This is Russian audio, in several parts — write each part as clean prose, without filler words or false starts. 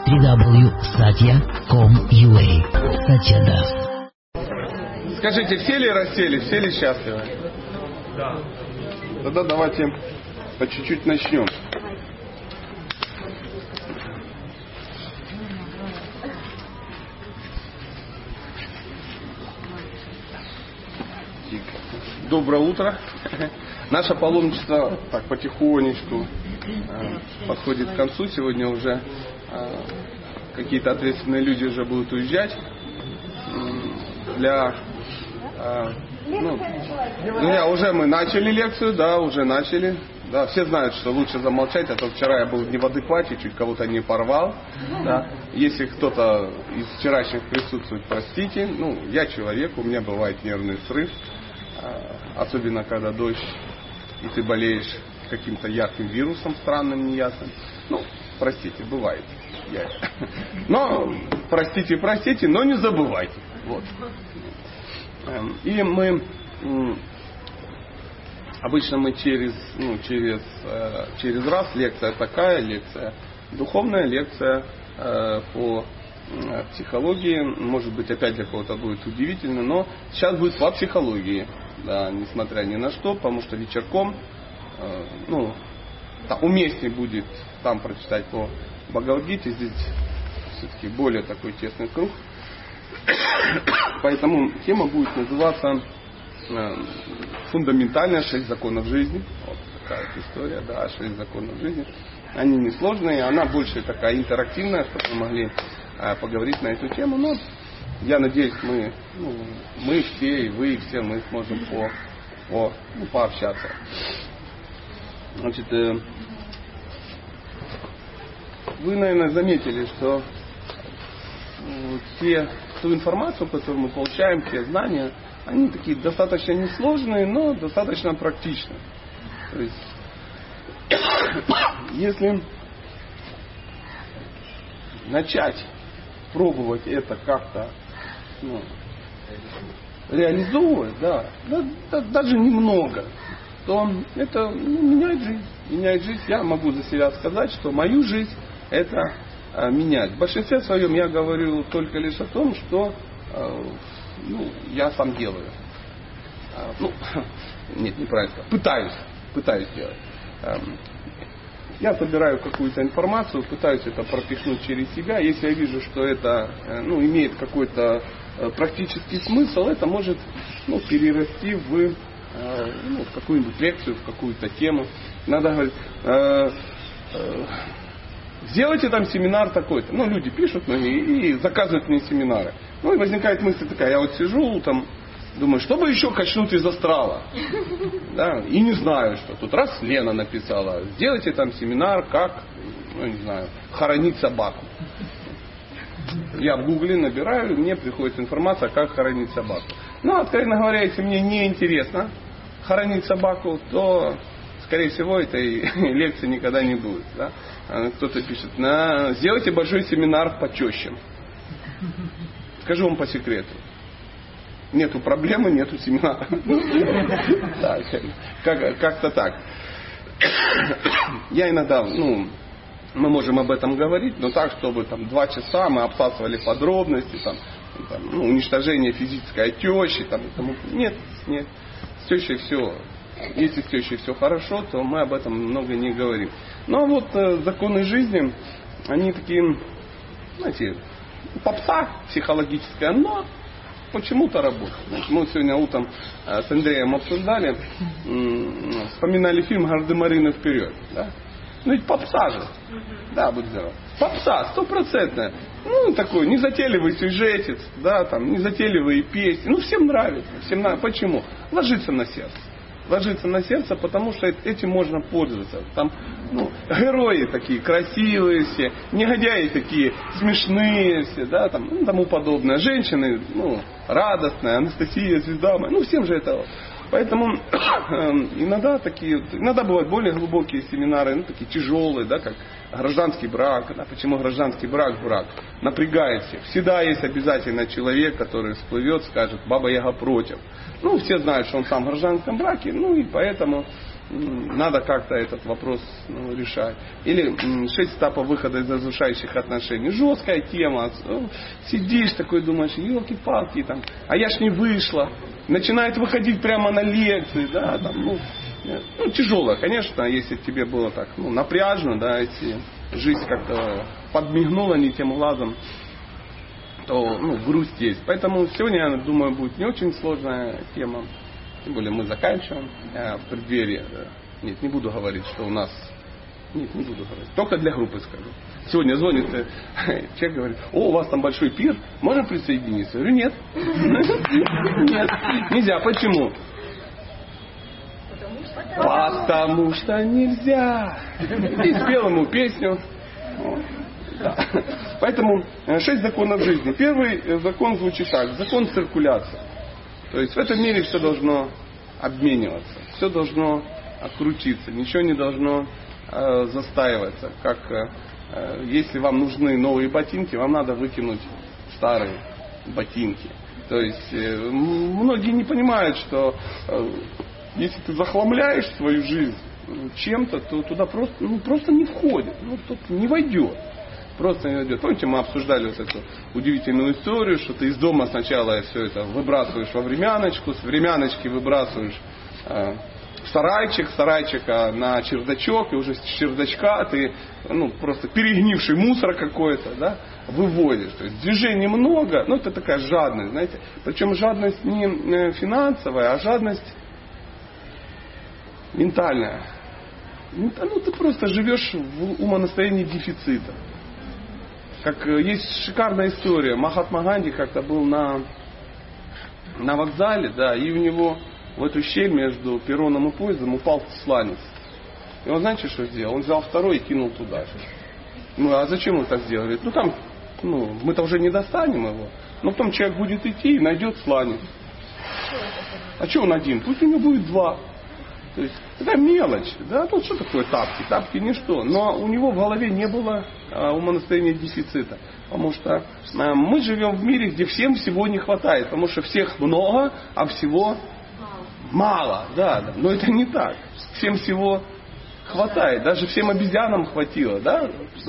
www.satya.com.ua Satya Das. Скажите, все ли рассели, все ли счастливы? Да. Тогда давайте по чуть-чуть начнем. Доброе утро. Наше паломничество так потихонечку подходит к концу. Сегодня уже какие-то ответственные люди уже будут уезжать. Уже мы начали лекцию, да, уже начали. Да, все знают, что лучше замолчать, а то вчера я был не в адеквате, чуть кого-то не порвал. Да. Если кто-то из вчерашних присутствует, простите. Я человек, у меня бывает нервный срыв. Особенно когда дождь, и ты болеешь каким-то ярким вирусом, странным, неясным. Простите, бывает. Но, простите, но не забывайте. Вот. И обычно мы через раз, лекция такая, лекция духовная, лекция по психологии, может быть, опять для кого-то будет удивительно, но сейчас будет по психологии, да, несмотря ни на что, потому что вечерком, уместнее будет там прочитать по Бхагавад-гите, здесь все-таки более такой тесный круг, поэтому тема будет называться «Фундаментальные 6 законов жизни». Вот такая вот история, да, 6 законов жизни. Они несложные, она больше такая интерактивная, чтобы мы могли поговорить на эту тему. Но я надеюсь, мы все, и вы, и все мы сможем пообщаться. Значит, вы, наверное, заметили, что ту информацию, которую мы получаем, те знания, они такие достаточно несложные, но достаточно практичные. То есть, если начать пробовать это как-то реализовывать, даже немного, то это меняет жизнь. Меняет жизнь. Я могу за себя сказать, что мою жизнь это меняет. В большинстве своем я говорю только лишь о том, что я сам делаю. Нет, неправильно. Пытаюсь делать. Я собираю какую-то информацию, пытаюсь это пропихнуть через себя. Если я вижу, что это имеет какой-то практический смысл, это может перерасти в какую-нибудь лекцию, в какую-то тему. Надо говорить, сделайте там семинар такой-то. Люди пишут мне и заказывают мне семинары. И возникает мысль такая, я вот сижу там, думаю, что бы еще качнуть из астрала? Да, и не знаю, что. Тут раз Лена написала, сделайте там семинар, как, хоронить собаку. Я в гугле набираю, и мне приходит информация, как хоронить собаку. Откровенно говоря, если мне не интересно хоронить собаку, то, скорее всего, этой лекции никогда не будет. Да? Кто-то пишет, сделайте большой семинар по тещам. Скажу вам по секрету. Нету проблемы, нету семинара. Как-то так. Я иногда, мы можем об этом говорить, но так, чтобы 2 часа мы обсасывали подробности, уничтожение физической тещи, Нет. С тещей все. Если с тещей все хорошо, то мы об этом много не говорим. Но законы жизни, они такие, попса психологическая, но почему-то работает. Мы сегодня утром с Андреем обсуждали, вспоминали фильм «Гардемарины вперед». Да? Ведь попса же. Да, будь здоров. Попса, 100%. Такой незатейливый сюжетец, незатейливые песни. Всем нравится. Почему? Ложится на сердце. Ложится на сердце, потому что этим можно пользоваться. Там герои такие красивые все, негодяи такие смешные все, тому подобное. Женщины, радостная, Анастасия, звезда моя, всем же это. Поэтому иногда бывают более глубокие семинары, такие тяжелые, как гражданский брак. Почему гражданский брак? Напрягает всех. Всегда есть обязательно человек, который всплывет, скажет, Баба Яга против. Все знают, что он сам в гражданском браке, и поэтому надо как-то этот вопрос решать. Или 6 этапов выхода из разрушающих отношений. Жесткая тема. Сидишь такой, думаешь, елки-палки, там, а я ж не вышла. Начинает выходить прямо на лекции. Да, там, тяжело, конечно, если тебе было так напряжно, да, если жизнь как-то подмигнула не тем глазом, то грусть есть. Поэтому сегодня, я думаю, будет не очень сложная тема. Тем более мы заканчиваем в преддверии. Нет, не буду говорить, что у нас... Нет, не буду говорить. Только для группы скажу. Сегодня звонит человек, говорит, у вас там большой пир, можно присоединиться? Я говорю, нет. Нет, нельзя. Почему? Потому что нельзя. И спел ему песню. Да. Поэтому 6 законов жизни. Первый закон звучит так. Закон циркуляции. То есть в этом мире все должно обмениваться. Все должно крутиться. Ничего не должно застаиваться. Как если вам нужны новые ботинки, вам надо выкинуть старые ботинки. То есть многие не понимают, что если ты захламляешь свою жизнь чем-то, то туда просто не входит. Тут не войдет. Просто не войдет. Помните, мы обсуждали вот эту удивительную историю, что ты из дома сначала все это выбрасываешь во времяночку, с времяночки выбрасываешь в сарайчик, с сарайчика на чердачок, и уже с чердачка ты просто перегнивший мусор какой-то, да, выводишь. То есть движений много, это такая жадность, знаете. Причем жадность не финансовая, а жадность ментальная. Ты просто живешь в умонастроении дефицита. Как есть шикарная история. Махатма Ганди как-то был на вокзале, да, и у него в эту щель между перроном и поездом упал сланец. И он, знаете, что сделал? Он взял второй и кинул туда же. А зачем он так сделал? Говорит, там, мы-то уже не достанем его. Но потом человек будет идти и найдет сланец. А что он один? Пусть у него будет 2. То есть, это мелочь. Да? Что такое тапки? Тапки ничто. Но у него в голове не было умонастроения дефицита. Потому что мы живем в мире, где всем всего не хватает. Потому что всех много, а всего мало. Да. Но это не так. Всем всего хватает. Даже всем обезьянам хватило. Да?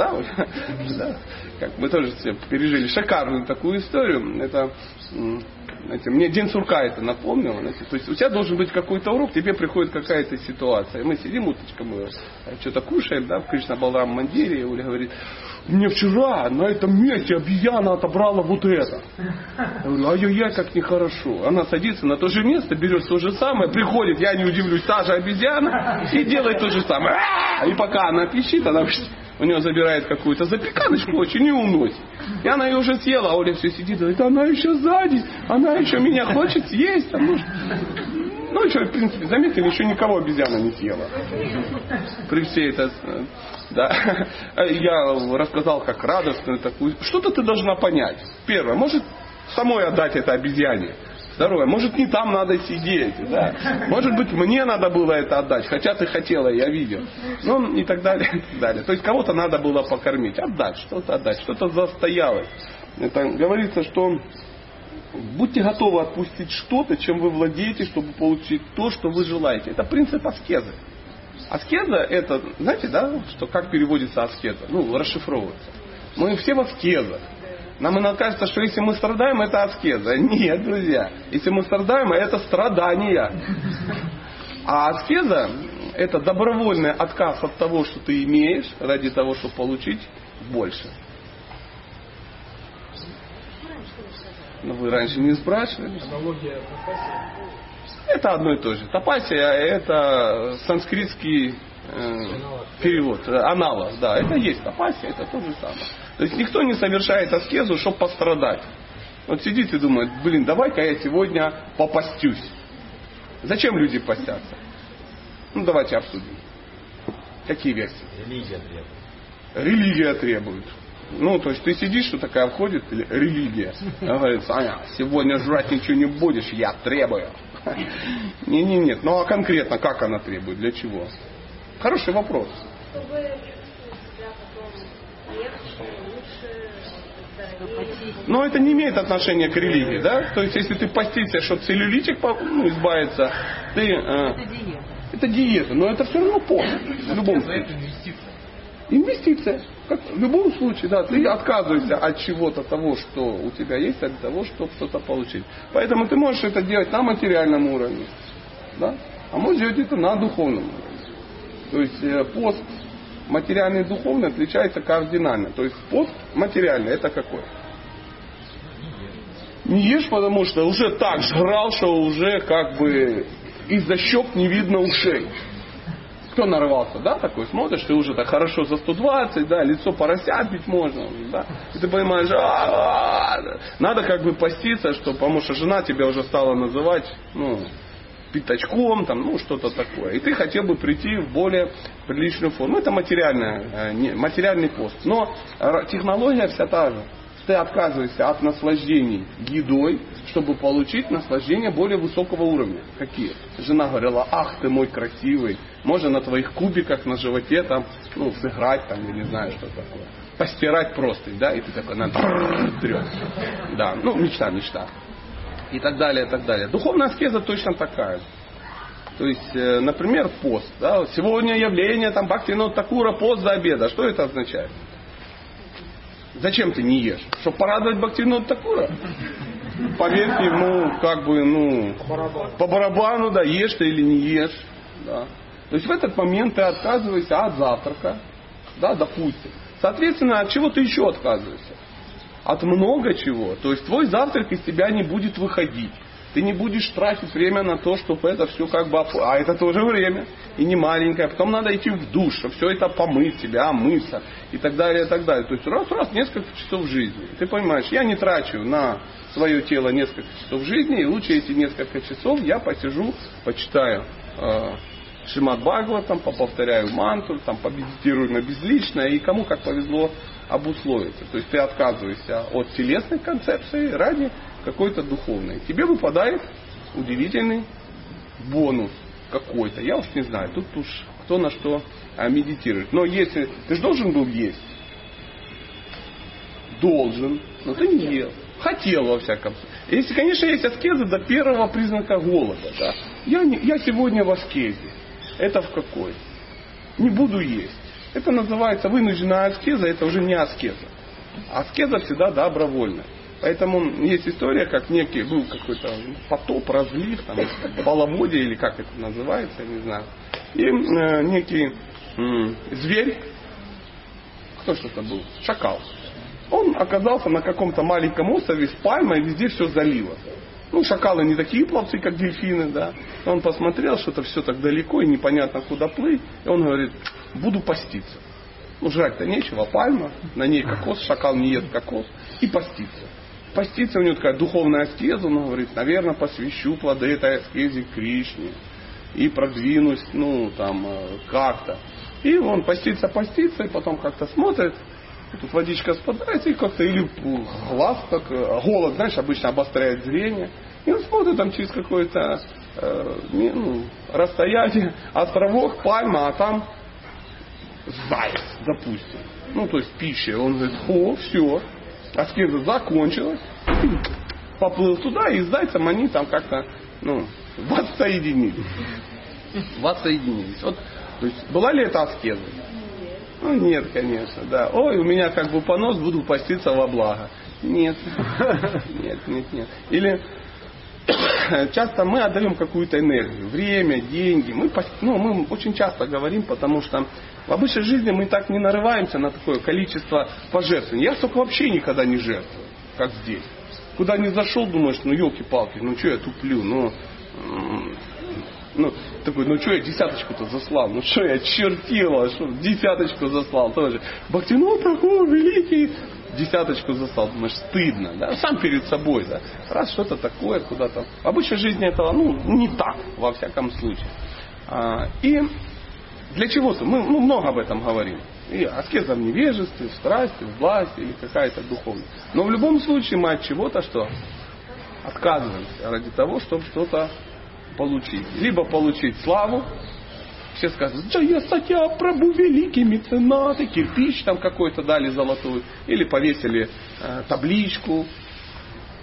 Как мы тоже пережили шикарную такую историю. Это... мне День сурка это напомнило. То есть у тебя должен быть какой-то урок, тебе приходит какая-то ситуация. Мы сидим, уточка, мы что-то кушаем, да, в Кришна Балрам Мандире, и Оля говорит, мне вчера на этом месте обезьяна отобрала вот это. Я говорю, ай-яй-яй, как нехорошо. Она садится на то же место, берет то же самое, приходит, я не удивлюсь, та же обезьяна, и делает то же самое. И пока она пищит, она... У нее забирает какую-то запеканочку очень и уносит. И она ее уже съела, а Оля все сидит и говорит, она еще сзади, она еще меня хочет съесть. Что, в принципе, заметили, еще никого обезьяна не съела. При всей этой... Да. Я рассказал, как радостную такую... Что-то ты должна понять. Первое, может самой отдать это обезьяне. Второе, может не там надо сидеть, да? Может быть мне надо было это отдать, хотя ты хотела, я видел. И так далее, и так далее. То есть кого-то надо было покормить, отдать, что-то застоялось. Это говорится, что будьте готовы отпустить что-то, чем вы владеете, чтобы получить то, что вы желаете. Это принцип аскезы. Аскеза это, знаете, да, что как переводится аскеза? Расшифровывается. Мы все в аскезах. Нам иногда кажется, что если мы страдаем, это аскеза. Нет, друзья. Если мы страдаем, это страдания. А аскеза – это добровольный отказ от того, что ты имеешь, ради того, чтобы получить больше. Вы раньше не спрашивали. Аналогия тапасия. Это одно и то же. Тапасия – это санскритский перевод, аналог. Да, это есть тапасия, это то же самое. То есть никто не совершает аскезу, чтобы пострадать. Вот сидит и думает, давай-ка я сегодня попастюсь. Зачем люди постятся? Давайте обсудим. Какие версии? Религия требует. Религия требует. То есть ты сидишь, что такая входит религия. Она говорит, Саня, сегодня жрать ничего не будешь, я требую. Нет. А конкретно как она требует? Для чего? Хороший вопрос. Чтобы себя потом легче, лучше, здоровее. Но это не имеет отношения к религии, да? То есть если ты постишься, чтобы целлюлитик избавиться, ты... Это диета. Это диета, но это все равно пост. В любом случае. Инвестиция. Как в любом случае, да, ты отказываешься от чего-то того, что у тебя есть, от того, чтобы что-то получить. Поэтому ты можешь это делать на материальном уровне, да? А можешь делать это на духовном уровне. То есть пост материальный и духовный отличается кардинально. То есть пост материальный это какой? Не ешь, потому что уже так жрал, что уже как бы из-за щек не видно ушей. Кто нарвался, да, такой, смотришь, ты уже так хорошо за 120, да, лицо поросят бить можно, да, и ты понимаешь, надо как бы поститься, что, потому что жена тебя уже стала называть, пятачком, там, что-то такое, и ты хотел бы прийти в более приличную форму. Это материальный пост, но технология вся та же. Ты отказываешься от наслаждений едой, чтобы получить наслаждение более высокого уровня. Какие? Жена говорила, ах ты мой красивый, можно на твоих кубиках на животе там, сыграть там, я не знаю, что такое. Постирать просто, да, и ты такой, трёт. Да, мечта. И так далее, и так далее. Духовная аскеза точно такая. То есть, например, пост. Да, сегодня явление там Бхактивинода Такура, пост до обеда. Что это означает? Зачем ты не ешь? Чтобы порадовать Бхактивинода Такура? Поверьте ему, по барабану, да, ешь ты или не ешь. Да. То есть в этот момент ты отказываешься от завтрака, да, допустим. Соответственно, от чего ты еще отказываешься? От много чего. То есть твой завтрак из тебя не будет выходить. Ты не будешь тратить время на то, чтобы это все как бы... А это тоже время. И не маленькое. Потом надо идти в душ, чтобы все это помыть себя, омыться. И так далее, и так далее. То есть раз несколько часов жизни. Ты понимаешь, я не трачу на свое тело несколько часов жизни. И лучше эти несколько часов я посижу, почитаю Шримад Бхагаватам, повторяю мантру, там, помедитирую на безличное. И кому как повезло обусловиться. То есть ты отказываешься от телесной концепции ради какой-то духовной. Тебе выпадает удивительный бонус какой-то. Я уж не знаю, тут уж кто на что медитирует. Но если ты же должен был есть. Должен. Но ты не ел. Хотел во всяком случае. Если, конечно, есть аскеза до первого признака голода. Да. Я сегодня в аскезе. Это в какой? Не буду есть. Это называется вынужденная аскеза, это уже не аскеза. Аскеза всегда добровольная. Поэтому есть история, как некий был какой-то потоп, разлив, там, половодье или как это называется, я не знаю. И некий зверь, кто ж это был? Шакал. Он оказался на каком-то маленьком острове с пальмой, везде все залило. Шакалы не такие пловцы, как дельфины, да. Он посмотрел, что это все так далеко и непонятно куда плыть. И он говорит, буду поститься. Жрать-то нечего, пальма, на ней кокос, шакал не ест кокос. И поститься. Поститься у него такая духовная аскеза, он говорит, наверное, посвящу плоды этой аскезе Кришне. И продвинусь, как-то. И он постится, и потом как-то смотрит. Тут водичка спадает, и как-то или глаз, как голод, знаешь, обычно обостряет зрение. И он смотрит там через какое-то расстояние, островок, пальма, а там заяц, допустим. То есть пища. Он говорит, все, аскеза закончилась. Поплыл туда, и с зайцем они там как-то воссоединились. Вот, то есть была ли это аскеза? Нет, конечно, да. Ой, у меня как бы понос, буду поститься во благо. Нет. Или часто мы отдаем какую-то энергию, время, деньги. Мы очень часто говорим, потому что в обычной жизни мы так не нарываемся на такое количество пожертвований. Я столько вообще никогда не жертвую, как здесь. Куда ни зашел, думаешь, елки-палки, что я туплю, такой, что я десяточку-то заслал? Что я чертила? Что десяточку заслал тоже. Бхактивинод такой великий. Десяточку заслал. Думаешь, стыдно. Да? Сам перед собой. Да? Раз что-то такое куда-то. В обычной жизни этого не так, во всяком случае. И для чего-то. Мы много об этом говорим. И аскеза в невежестве, в страсти, в власти или какая-то духовность. Но в любом случае мы от чего-то что? Отказываемся ради того, чтобы что-то получить. Либо получить славу. Все скажут, Джая Сатья Прабху великий меценат, кирпич там какой-то дали золотой. Или повесили табличку.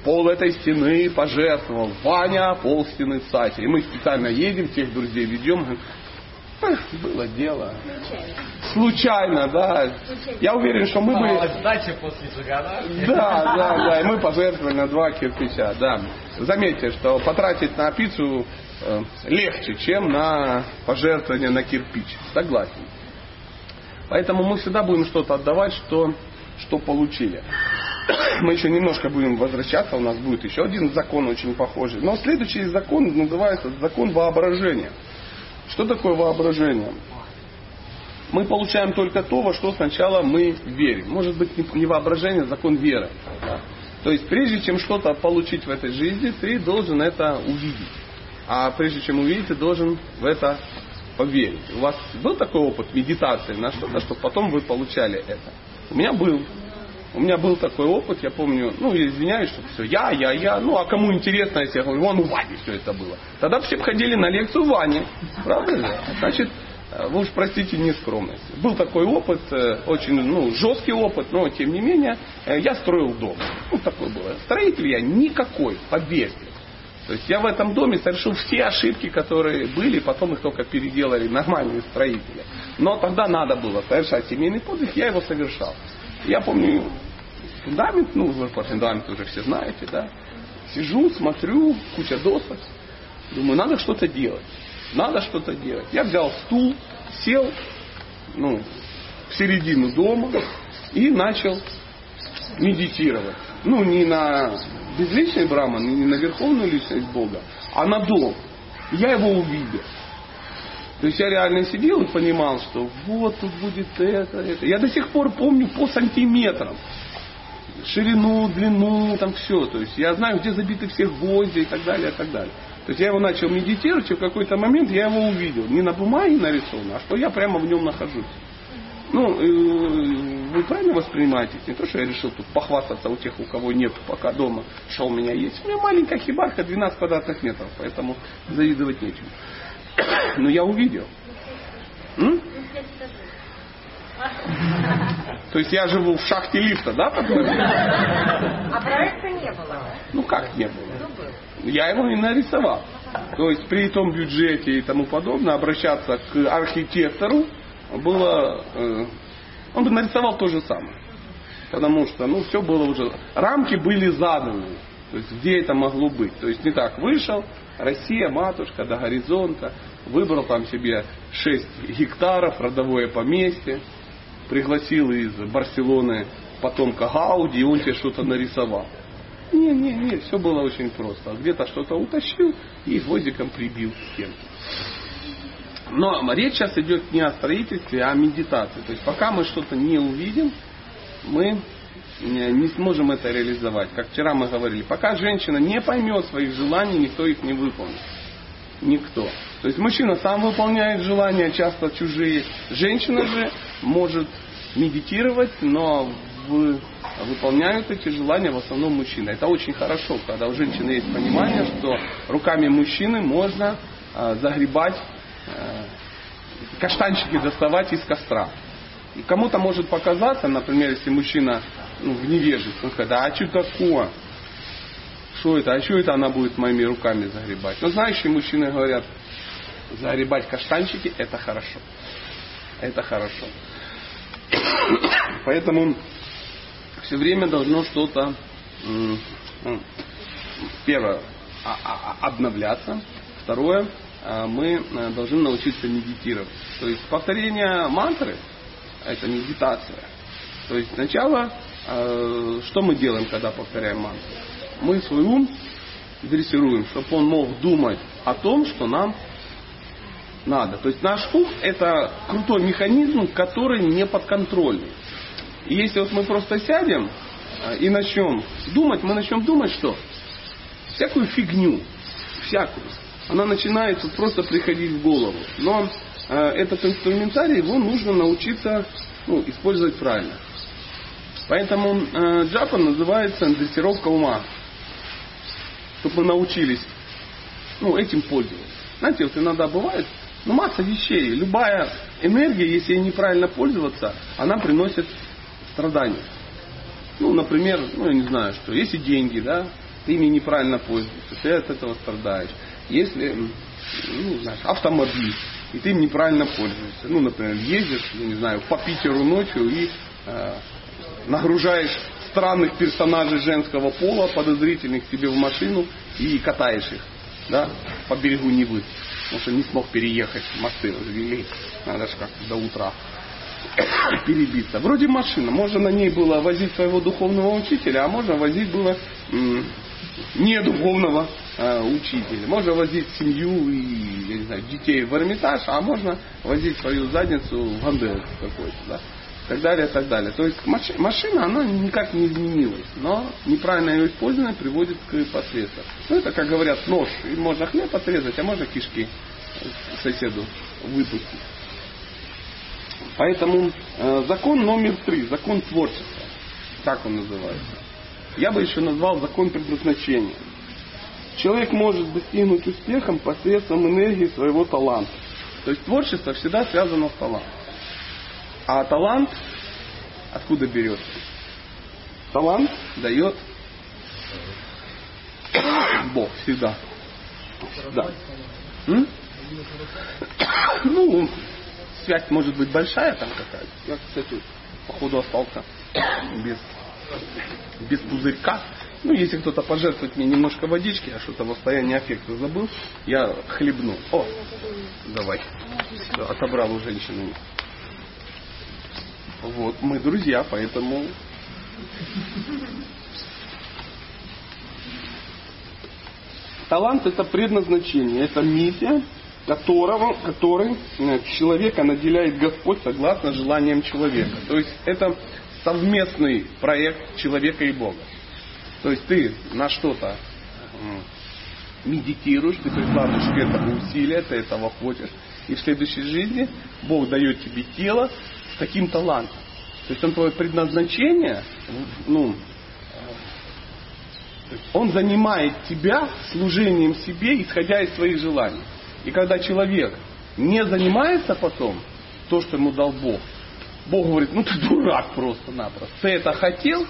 пол этой стены пожертвовал Ваня, пол стены Сатя. И мы специально едем, всех друзей ведем. Говорим, было дело. Случайно, да. Я уверен, что мы бы... Сдача после Жигана. Да. И мы пожертвовали на 2 кирпича, да. Заметьте, что потратить на пиццу легче, чем на пожертвование на кирпич. Согласен. Поэтому мы всегда будем что-то отдавать, что получили. Мы еще немножко будем возвращаться, у нас будет еще один закон очень похожий. Но следующий закон называется закон воображения. Что такое воображение? Мы получаем только то, во что сначала мы верим. Может быть, не воображение, а закон веры. Да? То есть, прежде чем что-то получить в этой жизни, ты должен это увидеть. А прежде чем увидеть, ты должен в это поверить. У вас был такой опыт медитации на что-то, чтобы потом вы получали это? У меня был. У меня был такой опыт, я помню, я извиняюсь, что все, я, а кому интересно, если я говорю, вон у Вани все это было. Тогда все бы ходили на лекцию Вани, правда же? Значит, вы уж простите нескромность. Был такой опыт, очень жесткий опыт, но тем не менее, я строил дом. Такой был. Строитель я никакой, поверьте. То есть я в этом доме совершил все ошибки, которые были, потом их только переделали нормальные строители. Но тогда надо было совершать семейный подвиг, я его совершал. Я помню, фундамент, про фундамент уже все знаете, да. Сижу, смотрю, куча досок. Думаю, надо что-то делать. Я взял стул, сел, в середину дома и начал медитировать. Не на безличный Брахман, не на верховную личность Бога, а на дом. Я его увидел. То есть я реально сидел и понимал, что вот тут будет это. Я до сих пор помню по сантиметрам. Ширину, длину, там все. То есть я знаю, где забиты все гвозди и так далее, и так далее. То есть я его начал медитировать, и в какой-то момент я его увидел. Не на бумаге нарисовано, а что я прямо в нем нахожусь. Вы правильно воспринимаете? Не то, что я решил тут похвастаться у тех, у кого нет пока дома, что у меня есть. У меня маленькая хибарка, 12 квадратных метров, поэтому завидовать нечем. Но я увидел. То есть я живу в шахте лифта, да? А проекта не было? Как не было? Я его не нарисовал. То есть при том бюджете и тому подобное обращаться к архитектору было... Он бы нарисовал то же самое. Потому что, все было уже... Рамки были заданы. То есть где это могло быть. То есть не так вышел, Россия, матушка, до горизонта, выбрал там себе 6 гектаров, родовое поместье, пригласил из Барселоны потомка Гауди, и он тебе что-то нарисовал. Не, все было очень просто. Где-то что-то утащил и гвоздиком прибил к стенке. Но речь сейчас идет не о строительстве, а о медитации. То есть пока мы что-то не увидим, мы не сможем это реализовать. Как вчера мы говорили, пока женщина не поймет своих желаний, никто их не выполнит. Никто. То есть мужчина сам выполняет желания, часто чужие. Женщина же может медитировать, но выполняют эти желания в основном мужчины. Это очень хорошо, когда у женщины есть понимание, что руками мужчины можно загребать, каштанчики доставать из костра. И кому-то может показаться, например, если мужчина в невежестве, он скажет, а что такое? Что это? А что это она будет моими руками загребать? Но знающие мужчины говорят, загребать каштанчики это хорошо. Это хорошо. Поэтому все время должно что-то, первое, обновляться. Второе, мы должны научиться медитировать. То есть повторение мантры – это медитация. То есть сначала, что мы делаем, когда повторяем мантру? Мы свой ум дрессируем, чтобы он мог думать о том, что нам надо. То есть наш ум – это крутой механизм, который не подконтрольный. И если вот мы просто сядем и начнем думать, мы начнем думать, что? Всякую фигню, всякую. Она начинает просто приходить в голову. Но этот инструментарий, его нужно научиться использовать правильно. Поэтому джапа называется дрессировка ума. Чтобы мы научились этим пользоваться. Знаете, вот иногда бывает, масса вещей. Любая энергия, если ей неправильно пользоваться, она приносит страдания. Например, я не знаю, что если деньги, да, ты ими неправильно пользуешься, ты от этого страдаешь. Если, знаешь, автомобиль, и ты им неправильно пользуешься. Например, ездишь, не знаю, по Питеру ночью и нагружаешь странных персонажей женского пола, подозрительных себе в машину и катаешь их, да, по берегу Невы. Потому что не смог переехать, мосты развели, надо же как-то до утра перебиться. Вроде машина, можно на ней было возить своего духовного учителя, а можно возить было не духовного учителя. Можно возить семью и, я не знаю, детей в Эрмитаж, а можно возить свою задницу в Гандель какой-то, да. И так далее, и так далее. То есть машина, она никак не изменилась, но неправильное ее использование приводит к последствиям. Это, как говорят, нож. И можно хлеб отрезать, а можно кишки соседу выпустить. Поэтому закон номер 3, закон творчества. Так он называется. Я бы еще назвал закон предназначения. Человек может достигнуть успеха посредством энергии своего таланта. То есть творчество всегда связано с талантом. А талант откуда берется? Талант дает Бог всегда. Да. Связь может быть большая там какая-то. Я, кстати, походу остался без пузырька. Если кто-то пожертвует мне немножко водички, я что-то в состоянии аффекта забыл, я хлебну. О, давай. Все, отобрал у женщины. Вот, мы друзья, поэтому... Талант — это предназначение, это миссия, которой человека наделяет Господь согласно желаниям человека. То есть это совместный проект человека и Бога. То есть ты на что-то медитируешь, ты прикладываешь к этому усилия, ты этого хочешь. И в следующей жизни Бог дает тебе тело с таким талантом. То есть он твое предназначение, он занимает тебя служением себе, исходя из своих желаний. И когда человек не занимается потом то, что ему дал Бог, Бог говорит, ты дурак просто-напросто. Ты это хотел,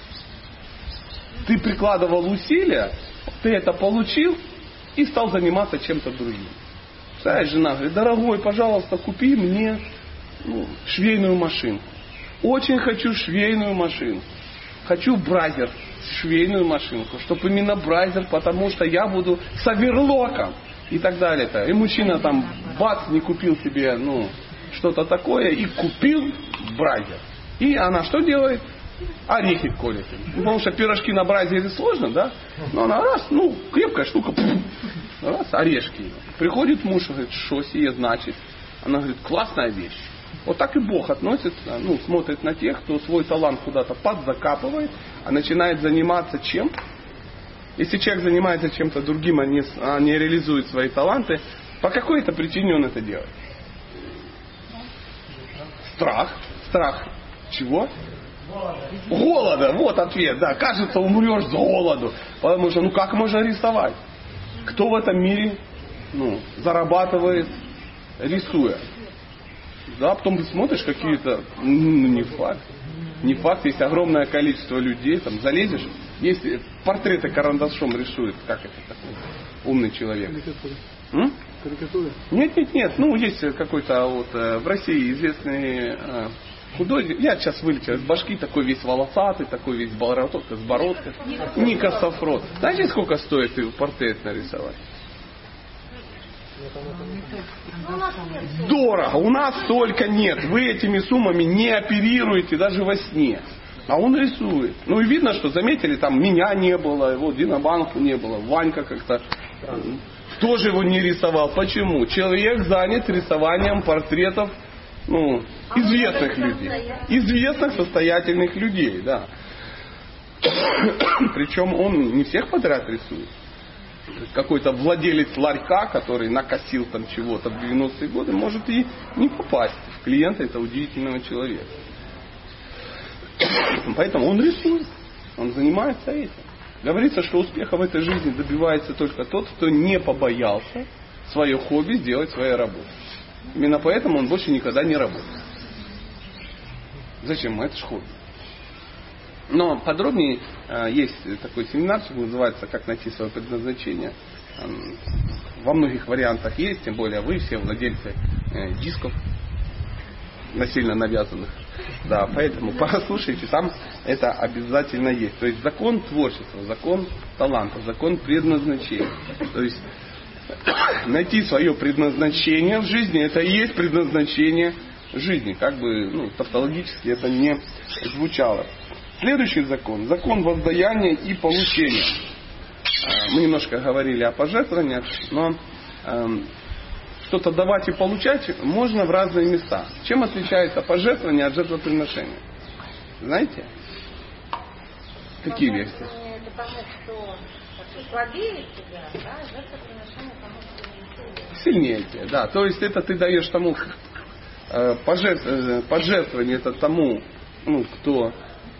ты прикладывал усилия, ты это получил и стал заниматься чем-то другим. Жена говорит, дорогой, пожалуйста, купи мне швейную машинку. Очень хочу швейную машинку. Хочу бразер, швейную машинку. Чтобы именно бразер, потому что я буду с оверлоком. И так далее. И мужчина там бац, не купил себе что-то такое и купил бразер. И она что делает? Орехи колет. Потому что пирожки на бразере сложно, да? Но она раз, крепкая штука, раз, орешки. Приходит муж и говорит, что сие значит? Она говорит, классная вещь. Вот так и Бог относится, смотрит на тех, кто свой талант куда-то подзакапывает, а начинает заниматься чем? Если человек занимается чем-то другим, а не реализует свои таланты, по какой-то причине он это делает? Страх. Страх чего? Голода. Вот ответ. Да, кажется, умрешь с голоду. Потому что, как можно рисовать? Кто в этом мире зарабатывает, рисуя? Да, потом ты смотришь какие-то, не факт. Не факт, есть огромное количество людей, там залезешь, есть портреты карандашом рисуют, как это такой умный человек. Карикатуры? Нет. Есть какой-то в России известный художник, я сейчас вылетел из башки, такой весь волосатый, такой весь с бородкой. Ника Сафрон. Знаете, сколько стоит портрет нарисовать? Дорого. У нас столько нет. Вы этими суммами не оперируете даже во сне. А он рисует. И видно, что, заметили, там меня не было, Динабанку не было, Ванька как-то тоже его не рисовал. Почему? Человек занят рисованием портретов известных людей. Известных состоятельных людей, да. Причем он не всех подряд рисует. Какой-то владелец ларька, который накосил там чего-то в 90-е годы, может и не попасть в клиента этого удивительного человека. Поэтому он рисует, он занимается этим. Говорится, что успеха в этой жизни добивается только тот, кто не побоялся свое хобби сделать своей работой. Именно поэтому он больше никогда не работает. Зачем? Это ж хобби. Но подробнее есть такой семинар, называется «Как найти свое предназначение». Во многих вариантах есть, тем более вы все владельцы дисков насильно навязанных. Да, поэтому послушайте, там это обязательно есть. То есть закон творчества, закон таланта, закон предназначения. То есть найти свое предназначение в жизни, это и есть предназначение жизни. Как бы тавтологически это не звучало. Следующий закон. Закон воздаяния и получения. Мы немножко говорили о пожертвованиях, но что-то давать и получать можно в разные места. Чем отличается пожертвование от жертвоприношения? Знаете? Какие версии? Это потому, что слабее тебя, да, жертвоприношение потому, что сильнее тебя, да. То есть это ты даешь тому пожертвование это тому, кто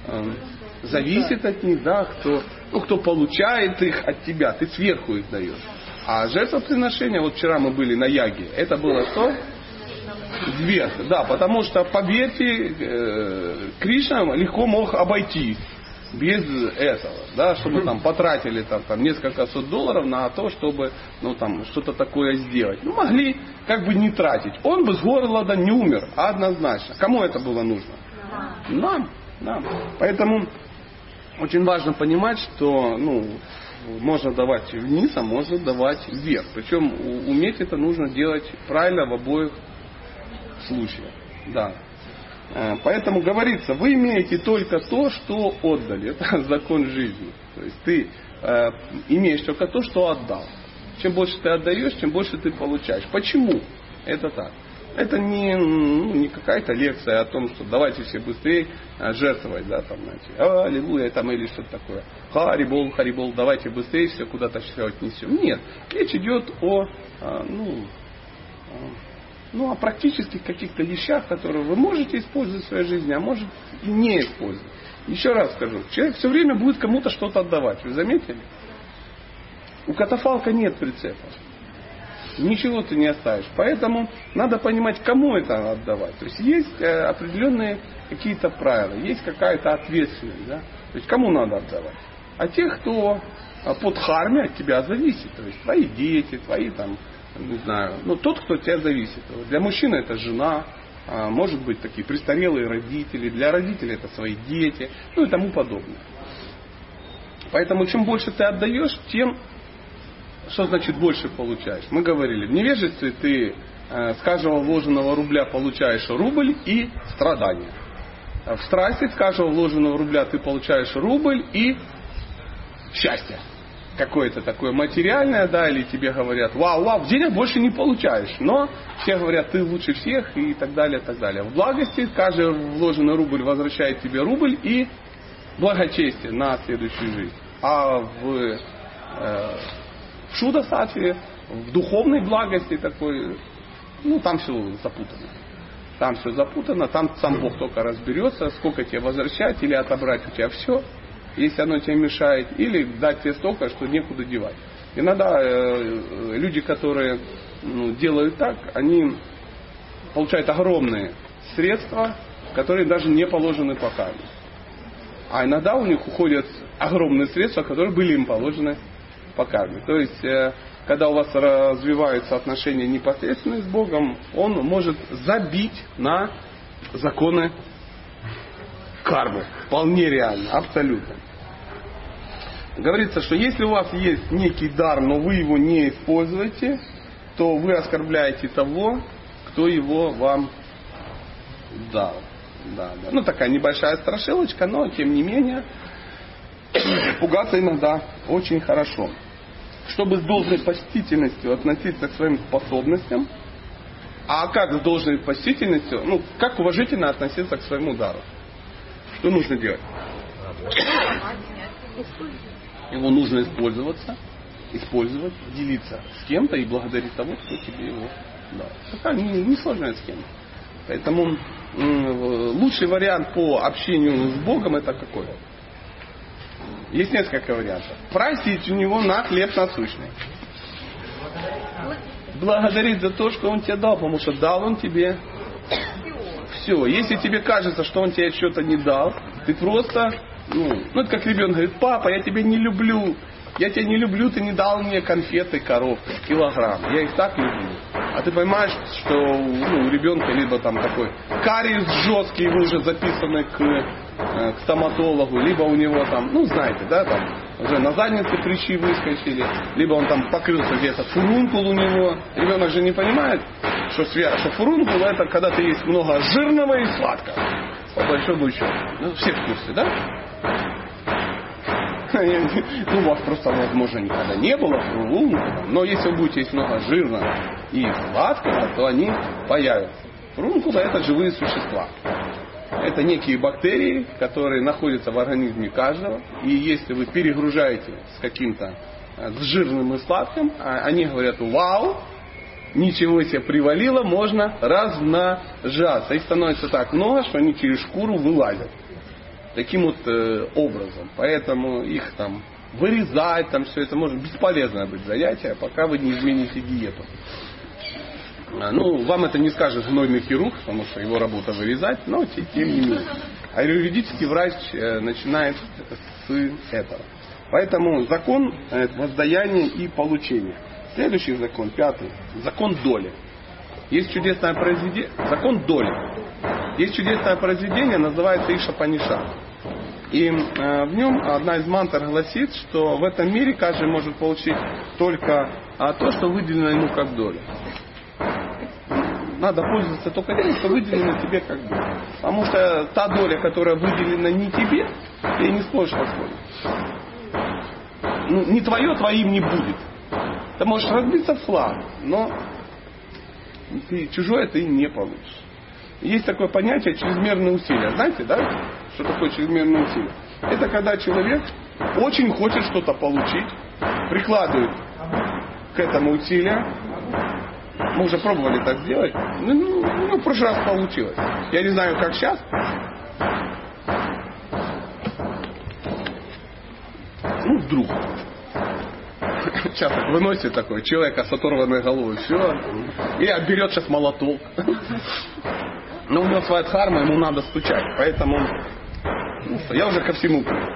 зависит от них, да, кто получает их от тебя, ты сверху их даешь. А жертвоприношение, вот вчера мы были на яге, это было что? Сверху, да, потому что, поверьте, Кришна легко мог обойтись без этого, да, чтобы там потратили там несколько сот долларов на то, чтобы что-то такое сделать. Могли как бы не тратить. Он бы с голода не умер, однозначно. Кому это было нужно? Нам. Поэтому очень важно понимать, что можно давать вниз, а можно давать вверх. Причем уметь это нужно делать правильно в обоих случаях. Да. Поэтому говорится, вы имеете только то, что отдали. Это закон жизни. То есть ты имеешь только то, что отдал. Чем больше ты отдаешь, тем больше ты получаешь. Почему это так? Это не какая-то лекция о том, что давайте все быстрее жертвовать, да, там, знаете, аллилуйя, там, или что-то такое. Харибол, давайте быстрее все куда-то все отнесем. Нет, речь идет о практических каких-то вещах, которые вы можете использовать в своей жизни, а может и не использовать. Еще раз скажу, человек все время будет кому-то что-то отдавать. Вы заметили? У катафалка нет прицепа. Ничего ты не оставишь. Поэтому надо понимать, кому это отдавать. То есть есть определенные какие-то правила, есть какая-то ответственность. Да? То есть кому надо отдавать? А тех, кто под дхарме от тебя зависит. То есть твои дети, твои там, не знаю, тот, кто от тебя зависит. Для мужчины это жена, может быть такие престарелые родители, для родителей это свои дети, и тому подобное. Поэтому чем больше ты отдаешь, тем что значит больше получаешь? Мы говорили, в невежестве ты с каждого вложенного рубля получаешь рубль и страдания. В страсти с каждого вложенного рубля ты получаешь рубль и счастье. Какое-то такое материальное, да, или тебе говорят, вау, денег больше не получаешь. Но все говорят, ты лучше всех и так далее, так далее. В благости каждый вложенный рубль возвращает тебе рубль и благочестие на следующую жизнь. А в шуда-сатве, в духовной благости такой, там все запутано. Там все запутано, там сам Бог только разберется, сколько тебе возвращать или отобрать у тебя все, если оно тебе мешает, или дать тебе столько, что некуда девать. Иногда люди, которые делают так, они получают огромные средства, которые даже не положены по карме. А иногда у них уходят огромные средства, которые были им положены по карме. То есть, когда у вас развиваются отношения непосредственно с Богом, он может забить на законы кармы. Вполне реально, абсолютно. Говорится, что если у вас есть некий дар, но вы его не используете, то вы оскорбляете того, кто его вам дал. Да. Такая небольшая страшилочка, но тем не менее пугаться иногда очень хорошо. Чтобы с должной почтительностью относиться к своим способностям, а как с должной почтительностью, как уважительно относиться к своему дару? Что нужно делать? Его нужно использовать, делиться с кем-то и благодарить того, кто тебе его дал. Такая несложная схема. Поэтому лучший вариант по общению с Богом это какой? Есть несколько вариантов. Просить у него на хлеб насущный. Благодарить за то, что он тебе дал, потому что дал он тебе все. Если тебе кажется, что он тебе что-то не дал, ты просто это как ребенок говорит: папа, я тебя не люблю. Я тебя не люблю, ты не дал мне конфеты, коробки, килограмм. Я их так люблю. А ты понимаешь, что у ребенка либо там такой кариес жесткий, вы уже записаны к стоматологу, либо у него там, знаете, да, там уже на заднице прыщи выскочили, либо он там покрылся где-то, фурункул у него. Ребенок же не понимает, что фурункул это когда ты есть много жирного и сладкого. По большому счету. Все в курсе, да? У вас просто, возможно, никогда не было фурункула, но если вы будете есть много жирного и сладкого, то они появятся. Фурункулы это живые существа. Это некие бактерии, которые находятся в организме каждого. И если вы перегружаете с жирным и сладким, они говорят: вау, ничего себе привалило, можно размножаться. Их становится так много, что они через шкуру вылазят. Таким вот образом. Поэтому их там вырезать, там все это может бесполезное быть занятие, пока вы не измените диету. Вам это не скажет гнойный хирург, потому что его работа вырезать, но тем не менее. Аюрведический врач начинает с этого. Поэтому закон воздаяния и получения. Следующий закон, 5-й, закон доли. Есть чудесное произведение, закон доли. Есть чудесное произведение, называется Ишапанишат. И в нем одна из мантр гласит, что в этом мире каждый может получить только то, что выделено ему как доля. Надо пользоваться только тем, что выделено тебе как доля. Потому что та доля, которая выделена не тебе, ты не сможешь воспользоваться. Не твое, твоим не будет. Ты можешь разбиться в славу, но чужое ты не получишь. Есть такое понятие чрезмерные усилия. Знаете, да? Что такое чрезмерные усилия? Это когда человек очень хочет что-то получить, прикладывает к этому усилия. Мы уже пробовали так сделать. В прошлый раз получилось. Я не знаю, как сейчас. Вдруг. Сейчас выносит такой человека с оторванной головой. Все. И берет сейчас молоток. Но у него своя дхарма, ему надо стучать. Поэтому я уже ко всему привык.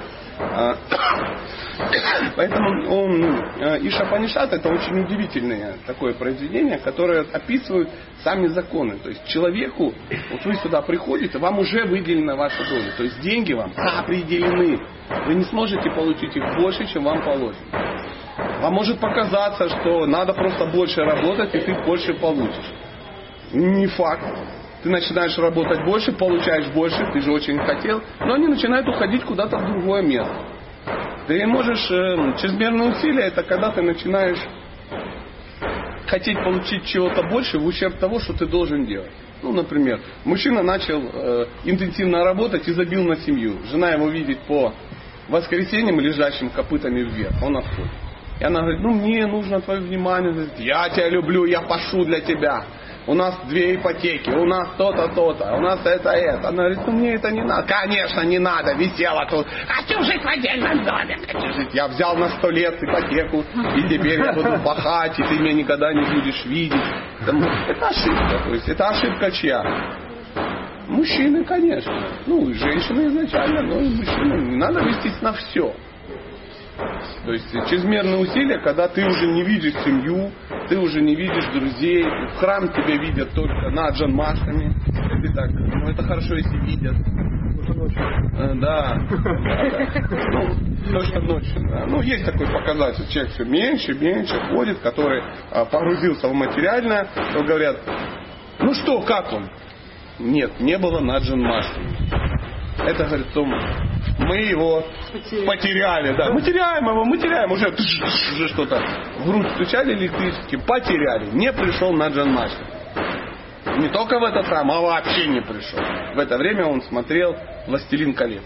Поэтому Ишапанишат это очень удивительное такое произведение, которое описывает сами законы. То есть человеку, вот вы сюда приходите, вам уже выделена ваша доля. То есть деньги вам определены. Вы не сможете получить их больше, чем вам положено. Вам может показаться, что надо просто больше работать, и ты больше получишь. Не факт. Ты начинаешь работать больше, получаешь больше, ты же очень хотел, но они начинают уходить куда-то в другое место. Ты можешь, чрезмерные усилия, это когда ты начинаешь хотеть получить чего-то больше в ущерб того, что ты должен делать. Например, мужчина начал интенсивно работать и забил на семью. Жена его видит по воскресеньям лежащим копытами вверх, он отходит. И она говорит: мне нужно твое внимание. Говорит: я тебя люблю, я пашу для тебя. У нас 2 ипотеки, у нас то-то, то-то, у нас это. Она говорит: мне это не надо. Конечно, не надо, висела тут. Хочу жить в отдельном доме. Я взял на 100 лет ипотеку, и теперь я буду пахать, и ты меня никогда не будешь видеть. Это ошибка. То есть это ошибка чья? Мужчины, конечно. И женщины изначально, но и мужчины. Не надо вестись на все. То есть чрезмерные усилия, когда ты уже не видишь семью, ты уже не видишь друзей, в храм тебя видят только на джанмаштами. Это хорошо, если видят. Да. Точно ночью. Да. Есть такой показатель. Человек все меньше ходит, который погрузился в материальное, то говорят: что, как он? Нет, не было на джанмаштами. Это, говорит, мы его потеряли. Да. Мы теряем. Уже что-то в грудь стучали электрически, потеряли. Не пришел на джанмаштами. Не только в этот храм, а вообще не пришел. В это время он смотрел «Властелин колец».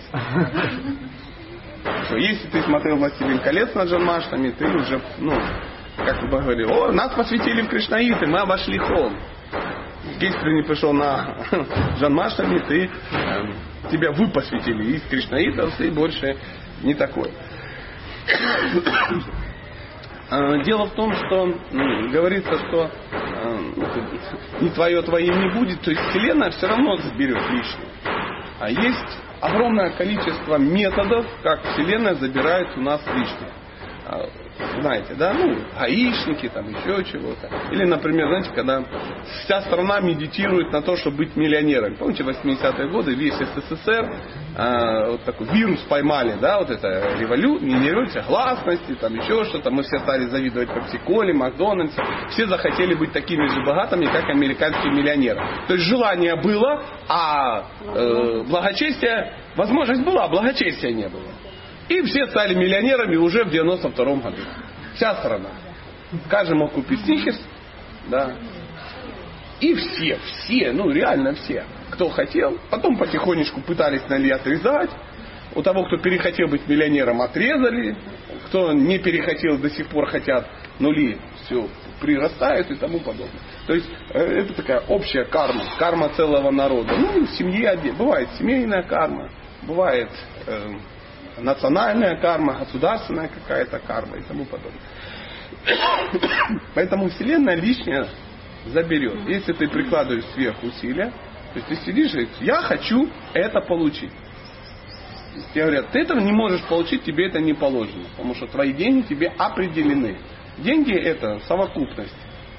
Если ты смотрел «Властелин колец» на джанмаштами, ты уже, как бы говорили: нас посвятили в Кришнаиты, мы обошли холм. Если ты не пришел на джанмаштами, тебя вы посвятили из кришнаитов, ты больше не такой. Дело в том, что говорится, что не твое, твоим не будет, то есть Вселенная все равно заберет лишнее. А есть огромное количество методов, как Вселенная забирает у нас лишнее. Знаете, да? Гаишники, там еще чего-то. Или, например, знаете, когда вся страна медитирует на то, чтобы быть миллионером. Помните, 80-е годы весь СССР вот такой вирус поймали, да, вот это революция, гласности, там еще что-то. Мы все стали завидовать Пепси-Коле, Макдональдсу. Все захотели быть такими же богатыми, как американские миллионеры. То есть желание было, а благочестие, возможность была, а благочестия не было. И все стали миллионерами уже в 92-м году. Вся страна. Каждый мог купить сникерс. Да. И все, реально все, кто хотел. Потом потихонечку пытались нули отрезать. У того, кто перехотел быть миллионером, отрезали. Кто не перехотел, до сих пор хотят, нули все прирастают и тому подобное. То есть это такая общая карма. Карма целого народа. В семье бывает семейная карма. Бывает... национальная карма, государственная какая-то карма и тому подобное. Поэтому Вселенная лишнее заберет. Если ты прикладываешь сверхусилия, то есть ты сидишь и говоришь, я хочу это получить. Тебе говорят, ты этого не можешь получить, тебе это не положено. Потому что твои деньги тебе определены. Деньги это совокупность.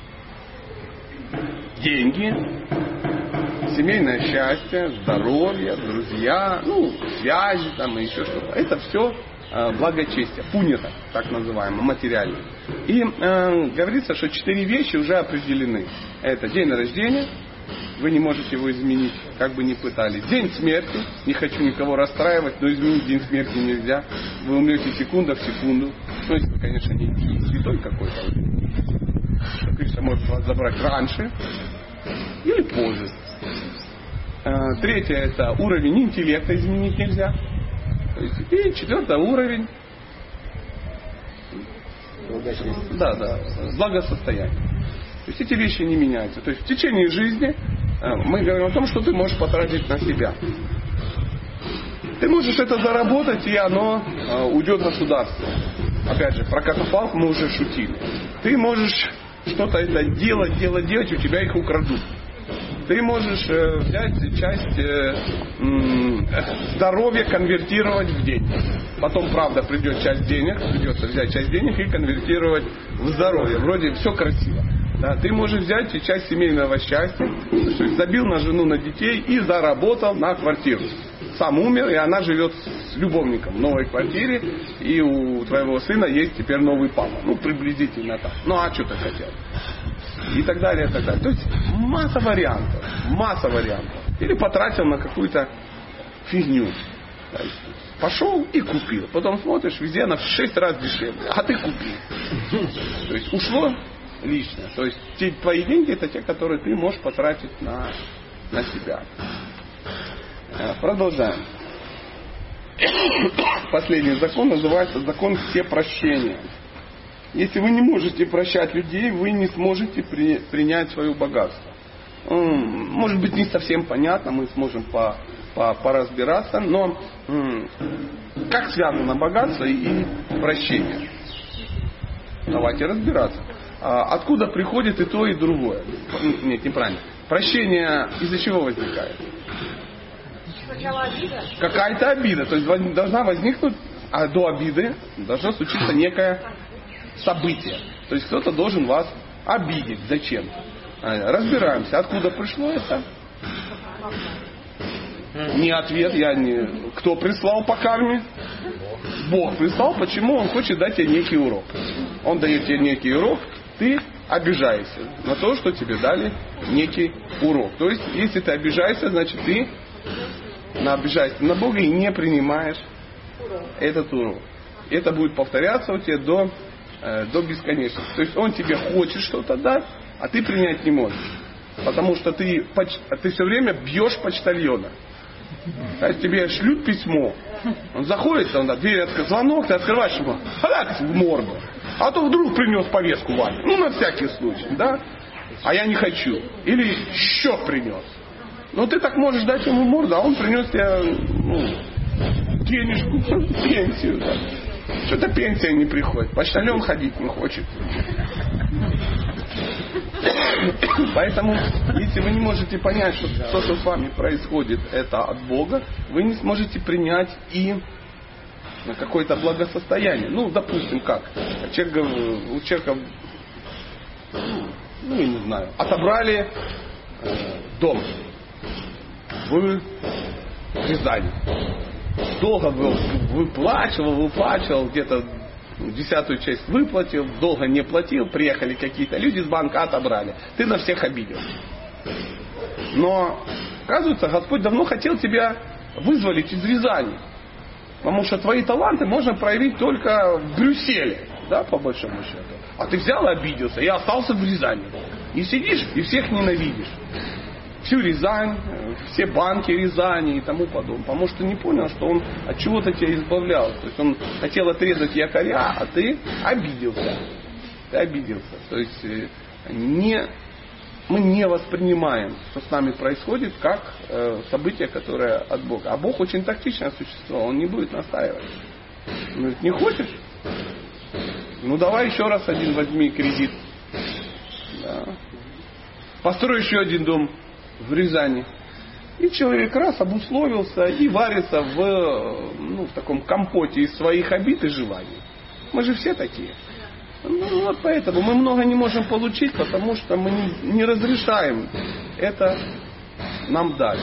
Деньги, семейное счастье, здоровье, друзья, связи там и еще что-то. Это все благочестие, пуньята, так называемое, материальное. И говорится, что 4 вещи уже определены. Это день рождения, вы не можете его изменить, как бы ни пытались. День смерти, не хочу никого расстраивать, но изменить день смерти нельзя. Вы умрете секунда в секунду. Если, конечно, не святой какой-то. Кришна может вас забрать раньше или позже. Третье это уровень интеллекта изменить нельзя. И 4 уровень благосостояние. То есть эти вещи не меняются. То есть в течение жизни мы говорим о том, что ты можешь потратить на себя. Ты можешь это заработать, и оно уйдет государству. Опять же, про катафалк мы уже шутили. Ты можешь что-то это делать, у тебя их украдут. Ты можешь взять часть здоровья, конвертировать в деньги. Потом, правда, придется взять часть денег и конвертировать в здоровье. Вроде все красиво. Да, ты можешь взять и часть семейного счастья, то есть забил на жену, на детей и заработал на квартиру. Сам умер, и она живет с любовником в новой квартире, и у твоего сына есть теперь новый папа. Приблизительно так. А что ты хотел? И так далее, и так далее. То есть масса вариантов. Или потратил на какую-то фигню. Пошел и купил. Потом смотришь, везде она в 6 раз дешевле. А ты купил. То есть ушло лишнее. То есть твои деньги это те, которые ты можешь потратить на себя. Продолжаем. Последний закон называется закон всепрощения. Если вы не можете прощать людей, вы не сможете принять свое богатство. Может быть, не совсем понятно, мы сможем поразбираться, но как связано богатство и прощение? Давайте разбираться. Откуда приходит и то, и другое? Нет, неправильно. Прощение из-за чего возникает? Сначала обида. Какая-то обида. То есть должна возникнуть, а до обиды должно случиться некое событие. То есть кто-то должен вас обидеть. Зачем? Разбираемся. Откуда пришло это? Не ответ. Кто прислал по карме? Бог прислал. Почему? Он хочет дать тебе некий урок. Он дает тебе некий урок. Ты обижаешься на то, что тебе дали некий урок. То есть, если ты обижаешься, значит ты обижаешься на Бога и не принимаешь этот урок. Это будет повторяться у тебя до бесконечности. То есть он тебе хочет что-то дать, а ты принять не можешь. Потому что ты все время бьешь почтальона. То есть тебе шлют письмо. Он заходит, он дверь открывает, звонок, ты открываешь его, в морду. А то вдруг принес повестку Ване. На всякий случай, да? А я не хочу. Или счет принес. Ты так можешь дать ему морду, а он принес тебе денежку, пенсию. Да. Что-то пенсия не приходит. Почтальон ходить не хочет. Поэтому, если вы не можете понять, что то, что с вами происходит, это от Бога, вы не сможете принять и какое-то благосостояние. Ну, допустим, как? У человека, ну, я не знаю, отобрали дом в Рязани. Долго выплачивал, где-то 10-ю часть выплатил, долго не платил, приехали какие-то люди с банка, отобрали. Ты на всех обиделся. Но, оказывается, Господь давно хотел тебя вызволить из Рязани. Потому что твои таланты можно проявить только в Брюсселе, да, по большому счету. А ты взял и обиделся, и остался в Рязани. И сидишь, и всех ненавидишь. Всю Рязань, все банки Рязани и тому подобное. Потому что не понял, что он от чего-то тебя избавлял. То есть он хотел отрезать якоря, а ты обиделся. Ты обиделся. То есть мы не воспринимаем, что с нами происходит, как событие, которое от Бога. А Бог очень тактичное существо, Он не будет настаивать. Он говорит, не хочешь? Ну давай еще раз один возьми кредит. Да. Построй еще один дом в Рязани. И человек раз обусловился и варится в таком компоте из своих обид и желаний. Мы же все такие. Ну вот поэтому мы много не можем получить, потому что мы не разрешаем это нам дать.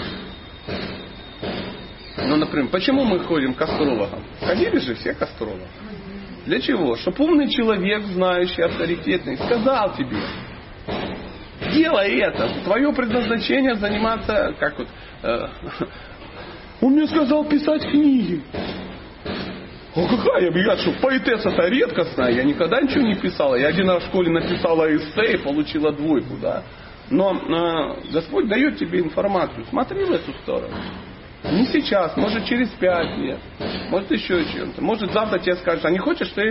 Ну, например, почему мы ходим к астрологам? Ходили же все к астрологам. Для чего? Чтобы умный человек, знающий, авторитетный, сказал тебе, делай это. Твое предназначение заниматься, как вот, он мне сказал писать книги. О, какая я что, поэтесса-то редкостная, я никогда ничего не писала. Я один раз в школе написала эссе и получила 2, да. Но Господь дает тебе информацию. Смотри в эту сторону. Не сейчас, может через 5 лет, может еще чем-то. Может завтра тебе скажут, а не хочешь ты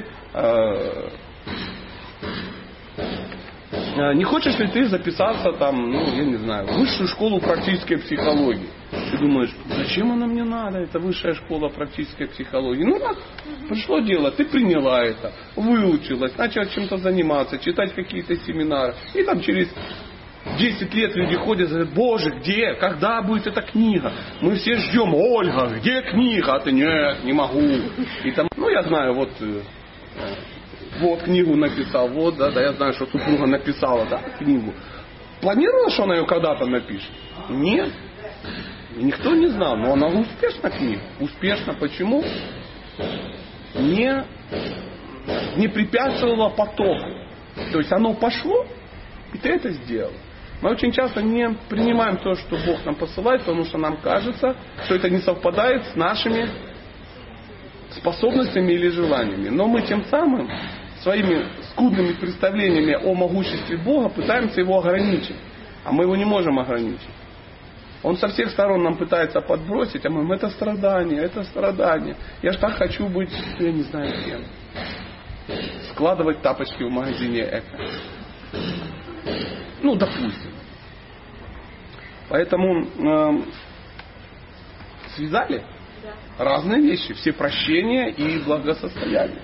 не хочешь ли ты записаться там, я не знаю, в высшую школу практической психологии? Ты думаешь, зачем она мне надо, это высшая школа практической психологии? Ну так, пришло дело, ты приняла это, выучилась, начала чем-то заниматься, читать какие-то семинары. И там через 10 лет люди ходят и говорят, Боже, где, когда будет эта книга? Мы все ждем, Ольга, где книга? А ты, нет, не могу. И там, я знаю, вот книгу написал, да, я знаю, что супруга написала, да, книгу. Планировала, что она ее когда-то напишет? Нет. И никто не знал, но она успешна книга. Успешна почему? Не препятствовала потоку. То есть оно пошло, и ты это сделал. Мы очень часто не принимаем то, что Бог нам посылает, потому что нам кажется, что это не совпадает с нашими способностями или желаниями. Но мы тем самым своими скудными представлениями о могуществе Бога пытаемся его ограничить. А мы его не можем ограничить. Он со всех сторон нам пытается подбросить, а мы говорим, это страдание, это страдание. Я ж так хочу быть, я не знаю кем. Складывать тапочки в магазине Эко. Допустим. Поэтому связали разные вещи. Все прощения и благосостояние.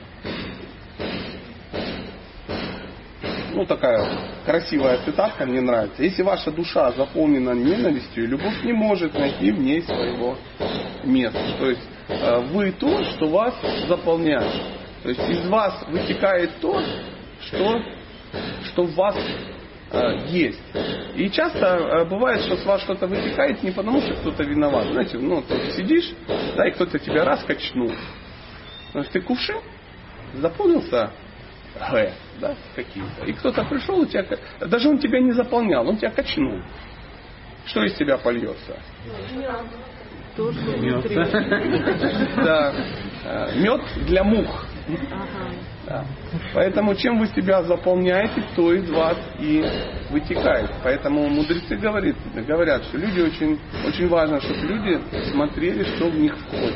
Такая красивая цитатка, мне нравится. Если ваша душа заполнена ненавистью, любовь не может найти в ней своего места. То есть вы то, что вас заполняет. То есть из вас вытекает то, что в вас есть. И часто бывает, что с вас что-то вытекает не потому, что кто-то виноват. Знаете, ты сидишь, да, и кто-то тебя раз качнул. Ты кувшин заполнился да, каким-то. И кто-то пришел, даже он тебя не заполнял, он тебя качнул. Что из тебя польется? Да. Мед для мух. Да. Поэтому чем вы себя заполняете, то из вас и вытекает. Поэтому мудрецы говорят, что люди очень, очень важно, чтобы люди смотрели, что в них входит.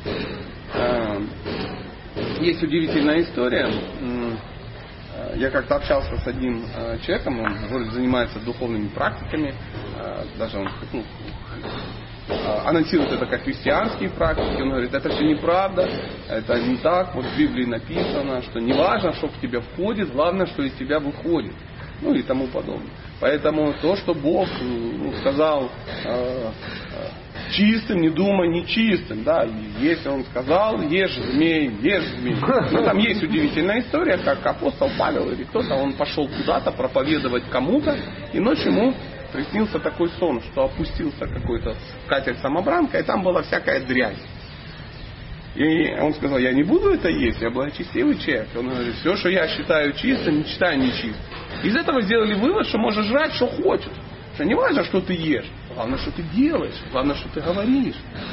Есть удивительная история. Я как-то общался с одним человеком, он вроде занимается духовными практиками, даже он анонсирует это как христианские практики. Он говорит, это все неправда, это не так, вот в Библии написано, что не важно, что в тебя входит, главное, что из тебя выходит. И тому подобное. Поэтому то, что Бог сказал чистым, не думай нечистым. Да? И если Он сказал, ешь змей, ешь змей. Но там есть удивительная история, как апостол Павел или кто-то, он пошел куда-то проповедовать кому-то, и ночью ему приснился такой сон, что опустился какой-то скатерть-самобранка, и там была всякая дрянь. И он сказал, я не буду это есть, я благочестивый человек. Он говорит, все, что я считаю чистым, не считаю нечистым. Из этого сделали вывод, что можешь жрать, что хочешь. Что не важно, что ты ешь, главное, что ты делаешь, главное, что ты говоришь.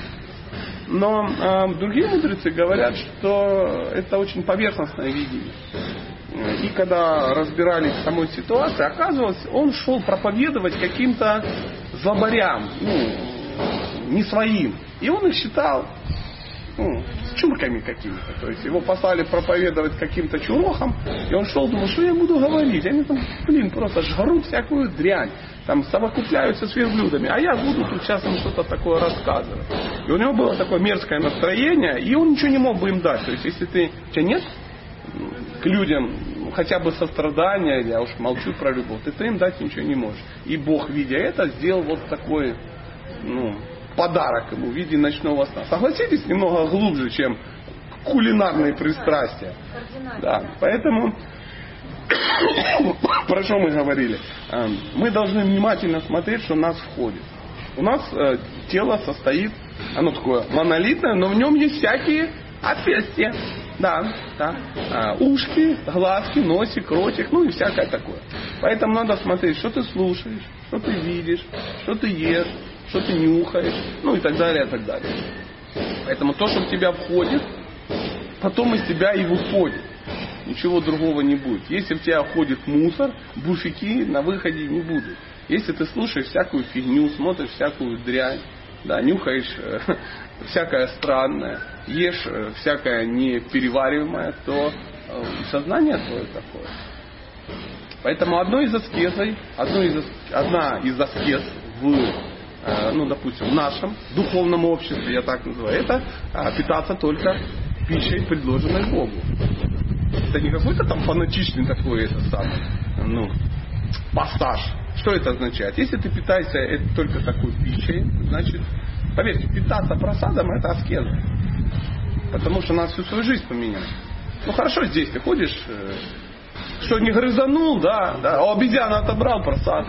Но другие мудрецы говорят, что это очень поверхностное видение. И когда разбирались в самой ситуации, оказывалось, он шел проповедовать каким-то злобарям, не своим. И он их считал чурками какими-то. То есть его послали проповедовать каким-то чурохам, и он шел, думал, что я буду говорить. Они там, просто жрут всякую дрянь, там совокупляются с верблюдами, а я буду тут сейчас им что-то такое рассказывать. И у него было такое мерзкое настроение, и он ничего не мог бы им дать. То есть если у тебя нет к людям хотя бы сострадания, я уж молчу про любовь, ты им дать ничего не можешь. И Бог, видя это, сделал вот такой, подарок ему в виде ночного сна. Согласитесь, немного глубже, чем кулинарные пристрастия. Да, поэтому, про что мы говорили? Мы должны внимательно смотреть, что в нас входит. У нас тело состоит, оно такое монолитное, но в нем есть всякие отверстия. Да. Ушки, глазки, носик, ротик, и всякое такое. Поэтому надо смотреть, что ты слушаешь, что ты видишь, что ты ешь, что ты нюхаешь, и так далее, и так далее. Поэтому то, что в тебя входит, потом из тебя и выходит. Ничего другого не будет. Если в тебя входит мусор, буфики на выходе не будут. Если ты слушаешь всякую фигню, смотришь всякую дрянь, нюхаешь всякое странное, ешь всякое неперевариваемое, то сознание твое такое. Поэтому одна из аскез допустим, в нашем духовном обществе, я так называю, это питаться только пищей, предложенной Богу. Это не какой-то там фанатичный такой пассаж. Что это означает? Если ты питаешься только такой пищей, значит, поверьте, питаться просадом это аскеза. Потому что надо всю свою жизнь поменять. Хорошо, здесь ты ходишь, что не грызанул, а у обезьяны отобрал просад.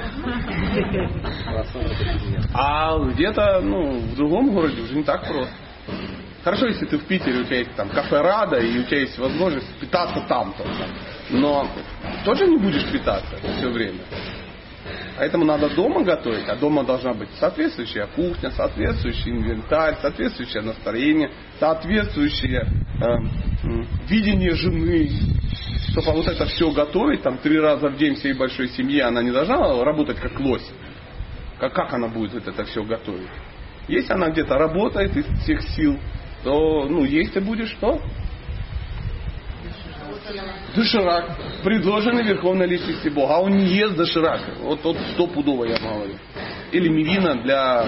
А где-то, в другом городе уже не так просто. Хорошо, если ты в Питере, у тебя есть там кафе Рада, и у тебя есть возможность питаться там только. Но тоже не будешь питаться все время. Поэтому надо дома готовить, а дома должна быть соответствующая кухня, соответствующий инвентарь, соответствующее настроение, соответствующее видение жены. Чтобы вот это все готовить, 3 раза в день всей большой семье, она не должна работать как лось. Как она будет это все готовить? Если она где-то работает из всех сил, то есть ты будешь что? Доширак, предложенный Верховной Личности Бога. А он не ест доширак. Вот стопудово я говорю. Или мивина для,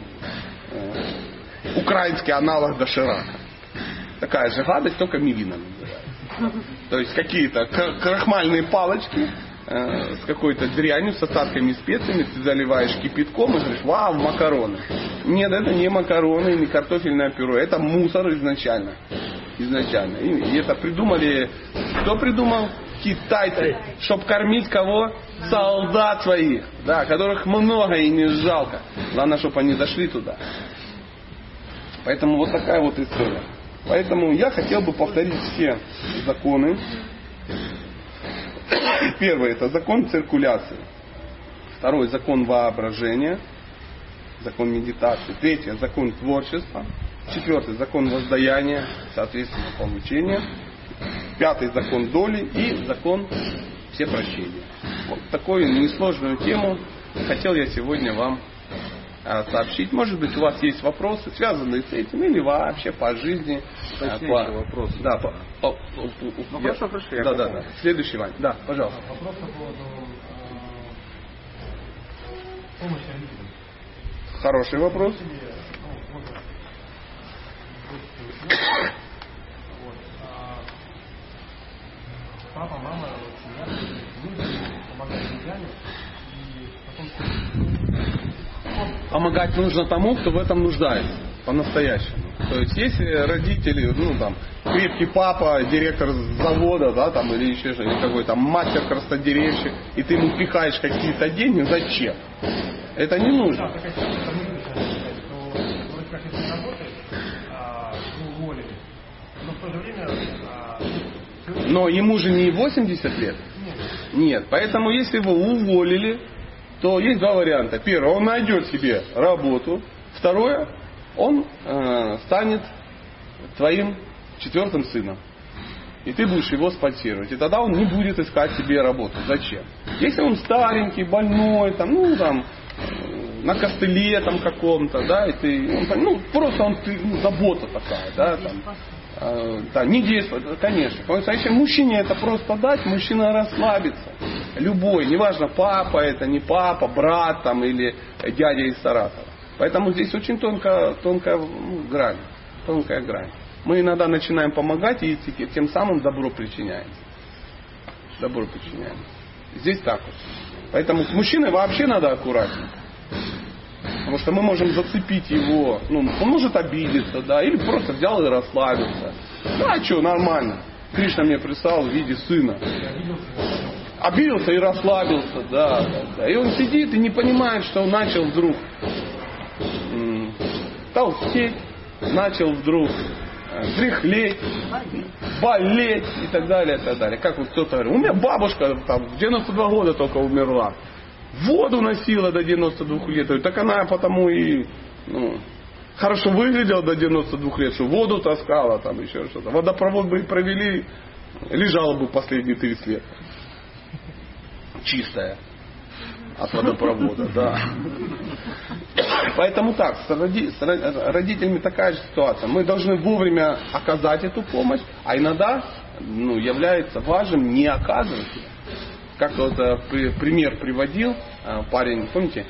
украинский аналог доширака. Такая же гадость, только мивина называется. То есть какие-то крахмальные палочки с какой-то дрянью, с остатками специями, ты заливаешь кипятком и говоришь, вау, макароны. Нет, это не макароны, не картофельное пюре, это мусор изначально. И это придумали, кто придумал? Китайцы, чтобы кормить кого? Солдат своих, которых много и не жалко. Главное, чтобы они дошли туда. Поэтому вот такая вот история. Поэтому я хотел бы повторить все законы. Первый — это закон циркуляции. Второй — закон воображения. Закон медитации. Третий — закон творчества. Четвертый — закон воздаяния, соответственно, получения. Пятый — закон доли. И закон всепрощения. Вот такую несложную тему хотел я сегодня вам сообщить. Может быть, у вас есть вопросы, связанные с этим, или вообще по жизни. Вопрос. Да, Вопрос пришли. Да. Следующий, Вань. Да, пожалуйста. Вопрос по поводу помощи родителям. Хороший вопрос. Папа, мама, семья, люди помогают друзьям. И помогать нужно тому, кто в этом нуждается. По-настоящему. То есть, если родители, крепкий папа, директор завода, да, там, или еще что-то, или какой-то мастер краснодеревщик, и ты ему пихаешь какие-то деньги, зачем? Это не нужно. Такая ситуация, что вроде как если не работает, вы уволили, но в то же время... Но ему же не 80 лет. Нет. Поэтому, если его уволили, то есть два варианта. Первое, он найдет себе работу. Второе, он станет твоим четвертым сыном. И ты будешь его спонсировать. И тогда он не будет искать себе работу. Зачем? Если он старенький, больной, на костыле каком-то, да, и ты, просто забота такая, да, не действует, конечно. Потому что если мужчине это просто дать, мужчина расслабится. Любой, неважно, папа это, не папа, брат или дядя из Саратова. Поэтому здесь очень тонкая грань. Тонкая грань. Мы иногда начинаем помогать и тем самым добро причиняем. Добро причиняем. Здесь так вот. Поэтому с мужчиной вообще надо аккуратнее. Потому что мы можем зацепить его, он может обидеться, да, или просто взял и расслабился. Да, что, нормально. Кришна мне прислал в виде сына. Обиделся и расслабился, да. И он сидит и не понимает, что он начал вдруг толстеть, начал вдруг дряхлеть, болеть и так далее, и так далее. Как вот кто-то говорит, у меня бабушка в 92 года только умерла. Воду носила до 92 лет. Так она потому и хорошо выглядела до 92 лет, что воду таскала, еще что-то. Водопровод бы и провели, лежала бы последние 30 лет. Чистая. От водопровода, да. Поэтому так, с родителями такая же ситуация. Мы должны вовремя оказать эту помощь, а иногда является важным не оказывать ее. Как вот пример приводил парень, помните,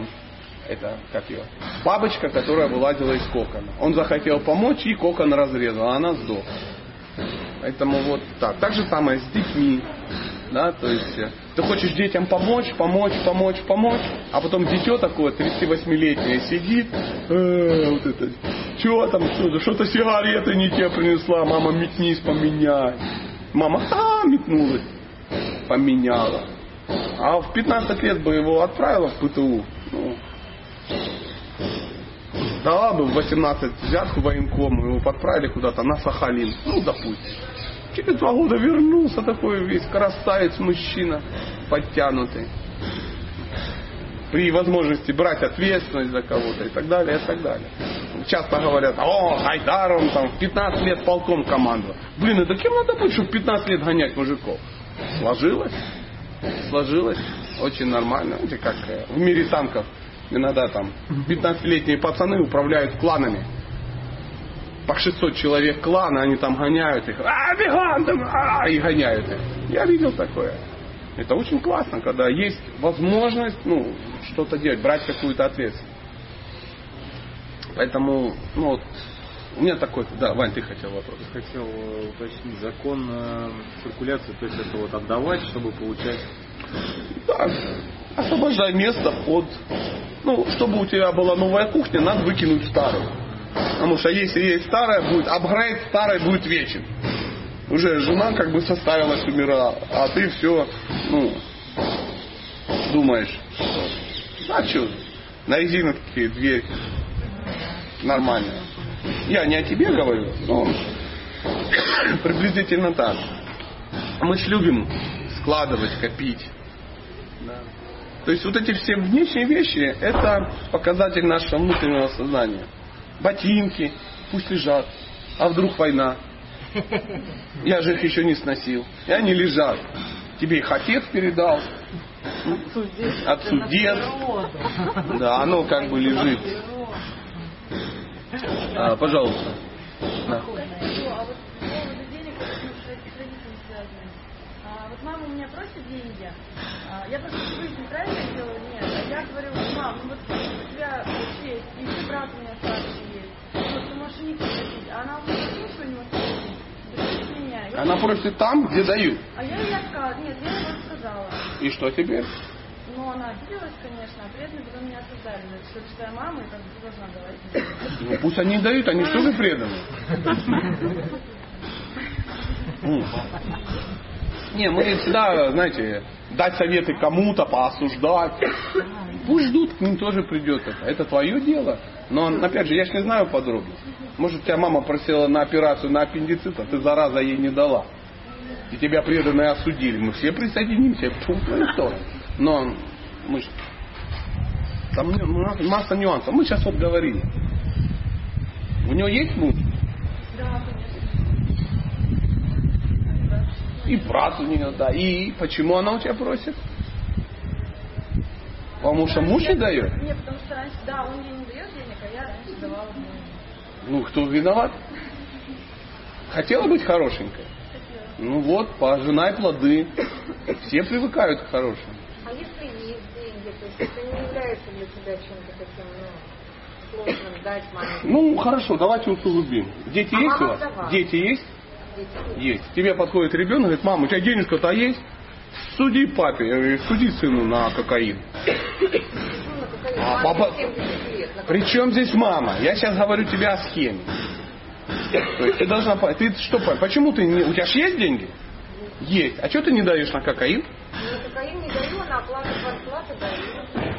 бабочка, которая вылазила из кокона. Он захотел помочь, и кокон разрезал, а она сдохла. Поэтому вот так. Так же самое с детьми. Да, то есть ты хочешь детям помочь, а потом дитё такое 38-летнее сидит, что-то сигареты не те принесла, мама, метнись, поменяй. Мама, метнулась, поменяла. А в 15 лет бы его отправила в ПТУ, дала бы в 18 взятку военкому, его подправили куда-то на Сахалин, допустим. Через 2 года вернулся такой весь красавец мужчина, подтянутый. При возможности брать ответственность за кого-то и так далее, и так далее. Часто говорят, Гайдар, он в 15 лет полком командовал. Это кем надо быть, чтобы в 15 лет гонять мужиков? Сложилось. Очень нормально. Знаете, как в мире танков иногда 15-летние пацаны управляют кланами. По 600 человек клана, они гоняют их, и гоняют их. Я видел такое. Это очень классно, когда есть возможность, что-то делать, брать какую-то ответственность. Поэтому, у меня такой, да, Вань, ты хотел вопрос. Хотел уточнить закон циркуляции, то есть это отдавать, чтобы получать. Да, освобождай место чтобы у тебя была новая кухня, надо выкинуть старую. Потому что если есть старая, будет апгрейд, старой будет вечен. Уже жена составилась, умирала, а ты все, думаешь, на резиновке дверь нормально. Я не о тебе говорю, но приблизительно так. Мы ж любим складывать, копить. Да. То есть вот эти все внешние вещи, это показатель нашего внутреннего сознания. Ботинки, пусть лежат. А вдруг война? Я же их еще не сносил. И они лежат. Тебе их отец передал. Отцу дед. Да, оно лежит. Пожалуйста. Да. Вот мама у меня просит деньги, я просто не правильно делаю, нет. А я говорю, мам, у тебя вообще еще брат у меня старший есть. Ты можешь не просить. А она у меня что не может меня. Она просит там, где дают. А я сказала, нет, я ему сказала. И что теперь? Но она обиделась, конечно, а при этом потом меня осуждали. Что ты твоя мама, и как бы ты должна говорить. Ну пусть они дают, они что же преданы? Не, мы всегда, знаете, дать советы кому-то, поосуждать. Пусть ждут, к ним тоже придет это. Это твое дело. Но, опять же, я ж не знаю подробностей. Может, тебя мама просила на операцию на аппендицит, а ты, зараза, ей не дала. И тебя преданные осудили. Мы все присоединимся в твою сторону. Но мы же... Там масса нюансов. Мы сейчас вот говорили. У него есть муж? Да, конечно. И брат у нее, да. И почему она у тебя просит? Потому что муж не дает? Нет, потому что раньше, да, он ей не дает денег, а я раньше давала ему. Ну, кто виноват? Хотела быть хорошенькой? Хотела. Ну вот, пожинай плоды. Все привыкают к хорошему. А если есть деньги, то есть это не является для тебя чем-то таким, сложным дать маме? Ну, хорошо, давайте усугубим. Дети А есть у мама вас? давала. Дети есть? Дети? Есть. К тебе подходит ребенок, говорит, мама, у тебя денежка-то есть? Суди папе. Я говорю, суди сыну на кокаин. А папа... При чем здесь мама? Я сейчас говорю тебе о схеме. То есть ты должна... Ты что, почему ты не... У тебя же есть деньги? Есть. А что ты не даешь на кокаин? На кокаин не даю, на оплату квартплаты даю.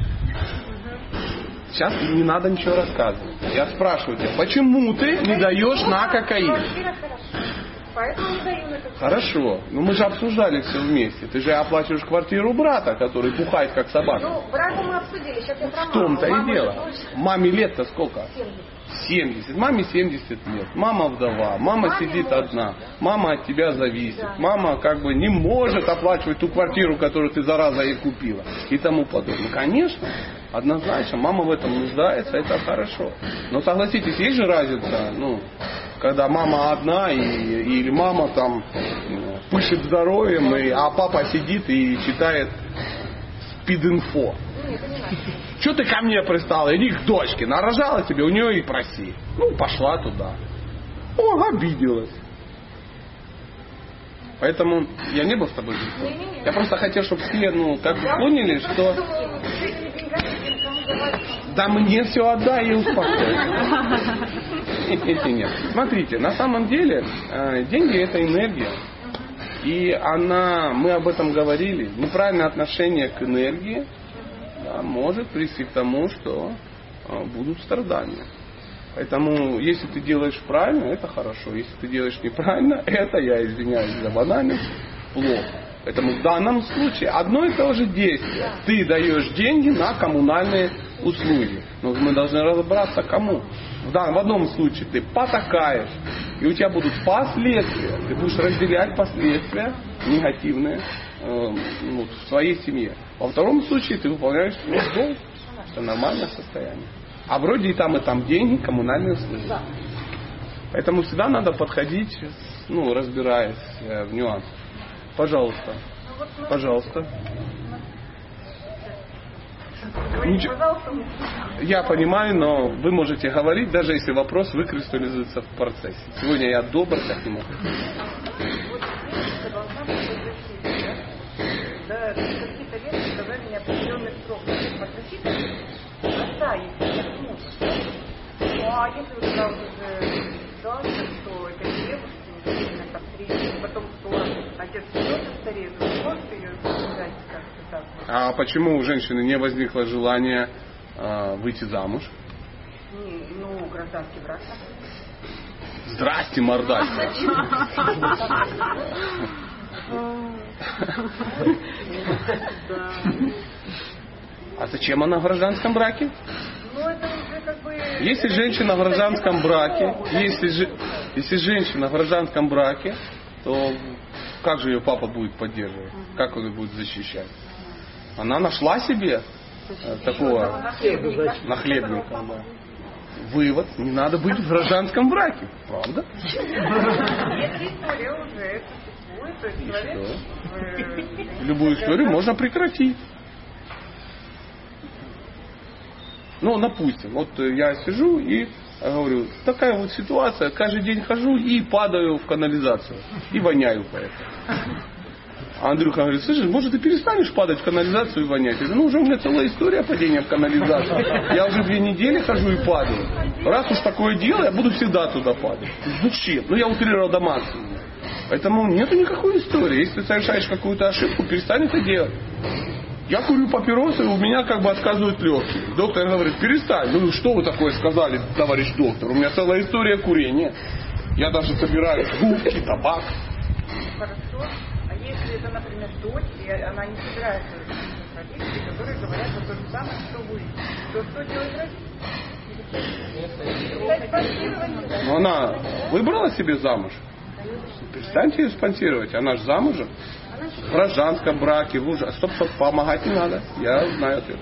Сейчас не надо ничего рассказывать. Я спрашиваю тебя, почему ты не даешь на кокаин? Квартира хорошо. Поэтому не даю на кокаин. Хорошо. Но мы же обсуждали все вместе. Ты же оплачиваешь квартиру брата, который бухает как собака. Ну, брата мы обсудили, сейчас я про маму. В том-то и Мама дело. же тоже Маме лет-то сколько? 70. 70. Маме 70 лет. Мама вдова. Мама Маме сидит может. одна. Мама от тебя зависит. Да. Мама как бы не может оплачивать ту квартиру, которую ты, зараза, ей купила. И тому подобное. Конечно. Однозначно. Мама в этом нуждается. Это хорошо. Но согласитесь, есть же разница, когда мама одна или мама там пышет здоровьем, а папа сидит и читает спид-инфо. Нет, это не надо. Что ты ко мне пристала? Иди к дочке. Нарожала тебе, у нее и проси. Пошла туда. Обиделась. Поэтому я не был с тобой близко. Не-не-не. Я просто хотел, чтобы все, поняли, что... Да мне все отдай и успокойся. Нет. Смотрите, на самом деле деньги это энергия. И мы об этом говорили, неправильное отношение к энергии может привести к тому, что будут страдания. Поэтому, если ты делаешь правильно, это хорошо. Если ты делаешь неправильно, это, я извиняюсь за банальность, плохо. Поэтому в данном случае одно и то же действие. Ты даешь деньги на коммунальные услуги. Но мы должны разобраться, кому. В одном случае ты потакаешь, и у тебя будут последствия. Ты будешь разделять последствия негативные в своей семье. Во втором случае ты выполняешь свой долг. Это нормальное состояние. А вроде и там деньги, коммунальные услуги. Поэтому всегда надо подходить, разбираясь в нюансах. Пожалуйста. Пожалуйста. Я понимаю, но вы можете говорить, даже если вопрос выкристаллизуется в процессе. Сегодня я добр, как не могу. Да, какие-то вещи сказали мне определенный срок. Да, если муж. Ну, а если вот когда уже ситуация, что это девушка, там 30, потом 40, отец тоже стареет, вы можете ее сказать как-то так? А почему у женщины не возникло желания выйти замуж? Гражданский брак. Здрасте, мордать. А зачем она в гражданском браке? Это уже как бы... Если женщина в гражданском браке, если женщина в гражданском браке, то как же ее папа будет поддерживать? Как он ее будет защищать? Она нашла себе такого нахлебника. Да. Вывод: не надо быть в гражданском браке. Правда? Эта история уже существует. То есть человек... Любую историю можно прекратить. Допустим, вот я сижу и говорю, такая вот ситуация, каждый день хожу и падаю в канализацию. И воняю поэтому. А Андрюха говорит, слышишь, может ты перестанешь падать в канализацию и вонять? Я говорю, уже у меня целая история падения в канализацию. Я уже 2 недели хожу и падаю. Раз уж такое дело, я буду всегда туда падать. Зачем? Я утрировал до максимума. Поэтому нету никакой истории. Если ты совершаешь какую-то ошибку, перестань это делать. Я курю папиросы, и у меня отказывают легкие. Доктор говорит, перестань. Ну что вы такое сказали, товарищ доктор? У меня целая история курения. Я даже собираю губки, табак. Хорошо. А если это, например, дочь, и она не собирается с родителей, которые говорят то же самое, что вы, то что делать родители? Но она выбрала себе замуж. Перестаньте ее спонсировать. Она же замужем. В гражданском браке, в ужасе. Стоп, помогать не надо. Я знаю ответ.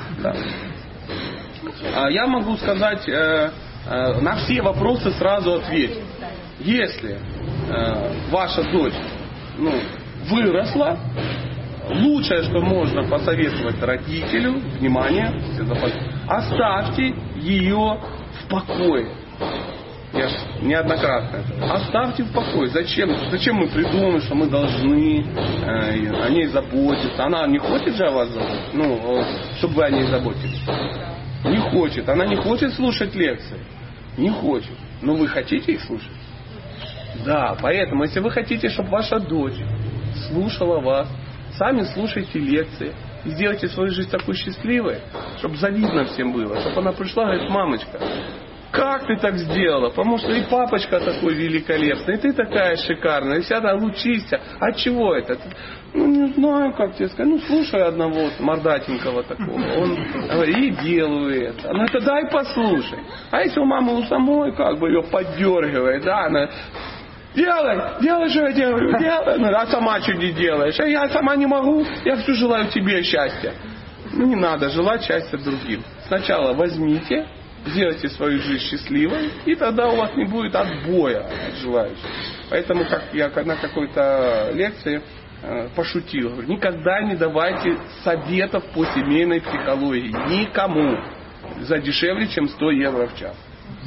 Да. Я могу сказать, на все вопросы сразу ответить. Если ваша дочь выросла, лучшее, что можно посоветовать родителю, внимание, оставьте ее в покое. Я же неоднократно. Оставьте в покое. Зачем мы придумали, что мы должны о ней заботиться? Она не хочет же о вас заботиться? Чтобы вы о ней заботились. Не хочет. Она не хочет слушать лекции. Не хочет. Но вы хотите их слушать? Да, поэтому, если вы хотите, чтобы ваша дочь слушала вас, сами слушайте лекции. И сделайте свою жизнь такой счастливой, чтобы завидно всем было. Чтобы она пришла и говорит, мамочка, как ты так сделала? Потому что и папочка такой великолепный, и ты такая шикарная, и вся там учись. А чего это? Не знаю, как тебе сказать. Слушай одного мордатенького такого. Он говорит, и делаю это. Она говорит, дай послушай. А если у мамы у самой ее поддергивает, да, она... Делай, что я делаю, делай. А сама что не делаешь? А я сама не могу, я все желаю тебе счастья. Не надо желать счастья другим. Сначала возьмите, сделайте свою жизнь счастливой, и тогда у вас не будет отбоя от желающих. Поэтому, как я на какой-то лекции пошутил, говорю, никогда не давайте советов по семейной психологии никому за дешевле, чем 100 евро в час.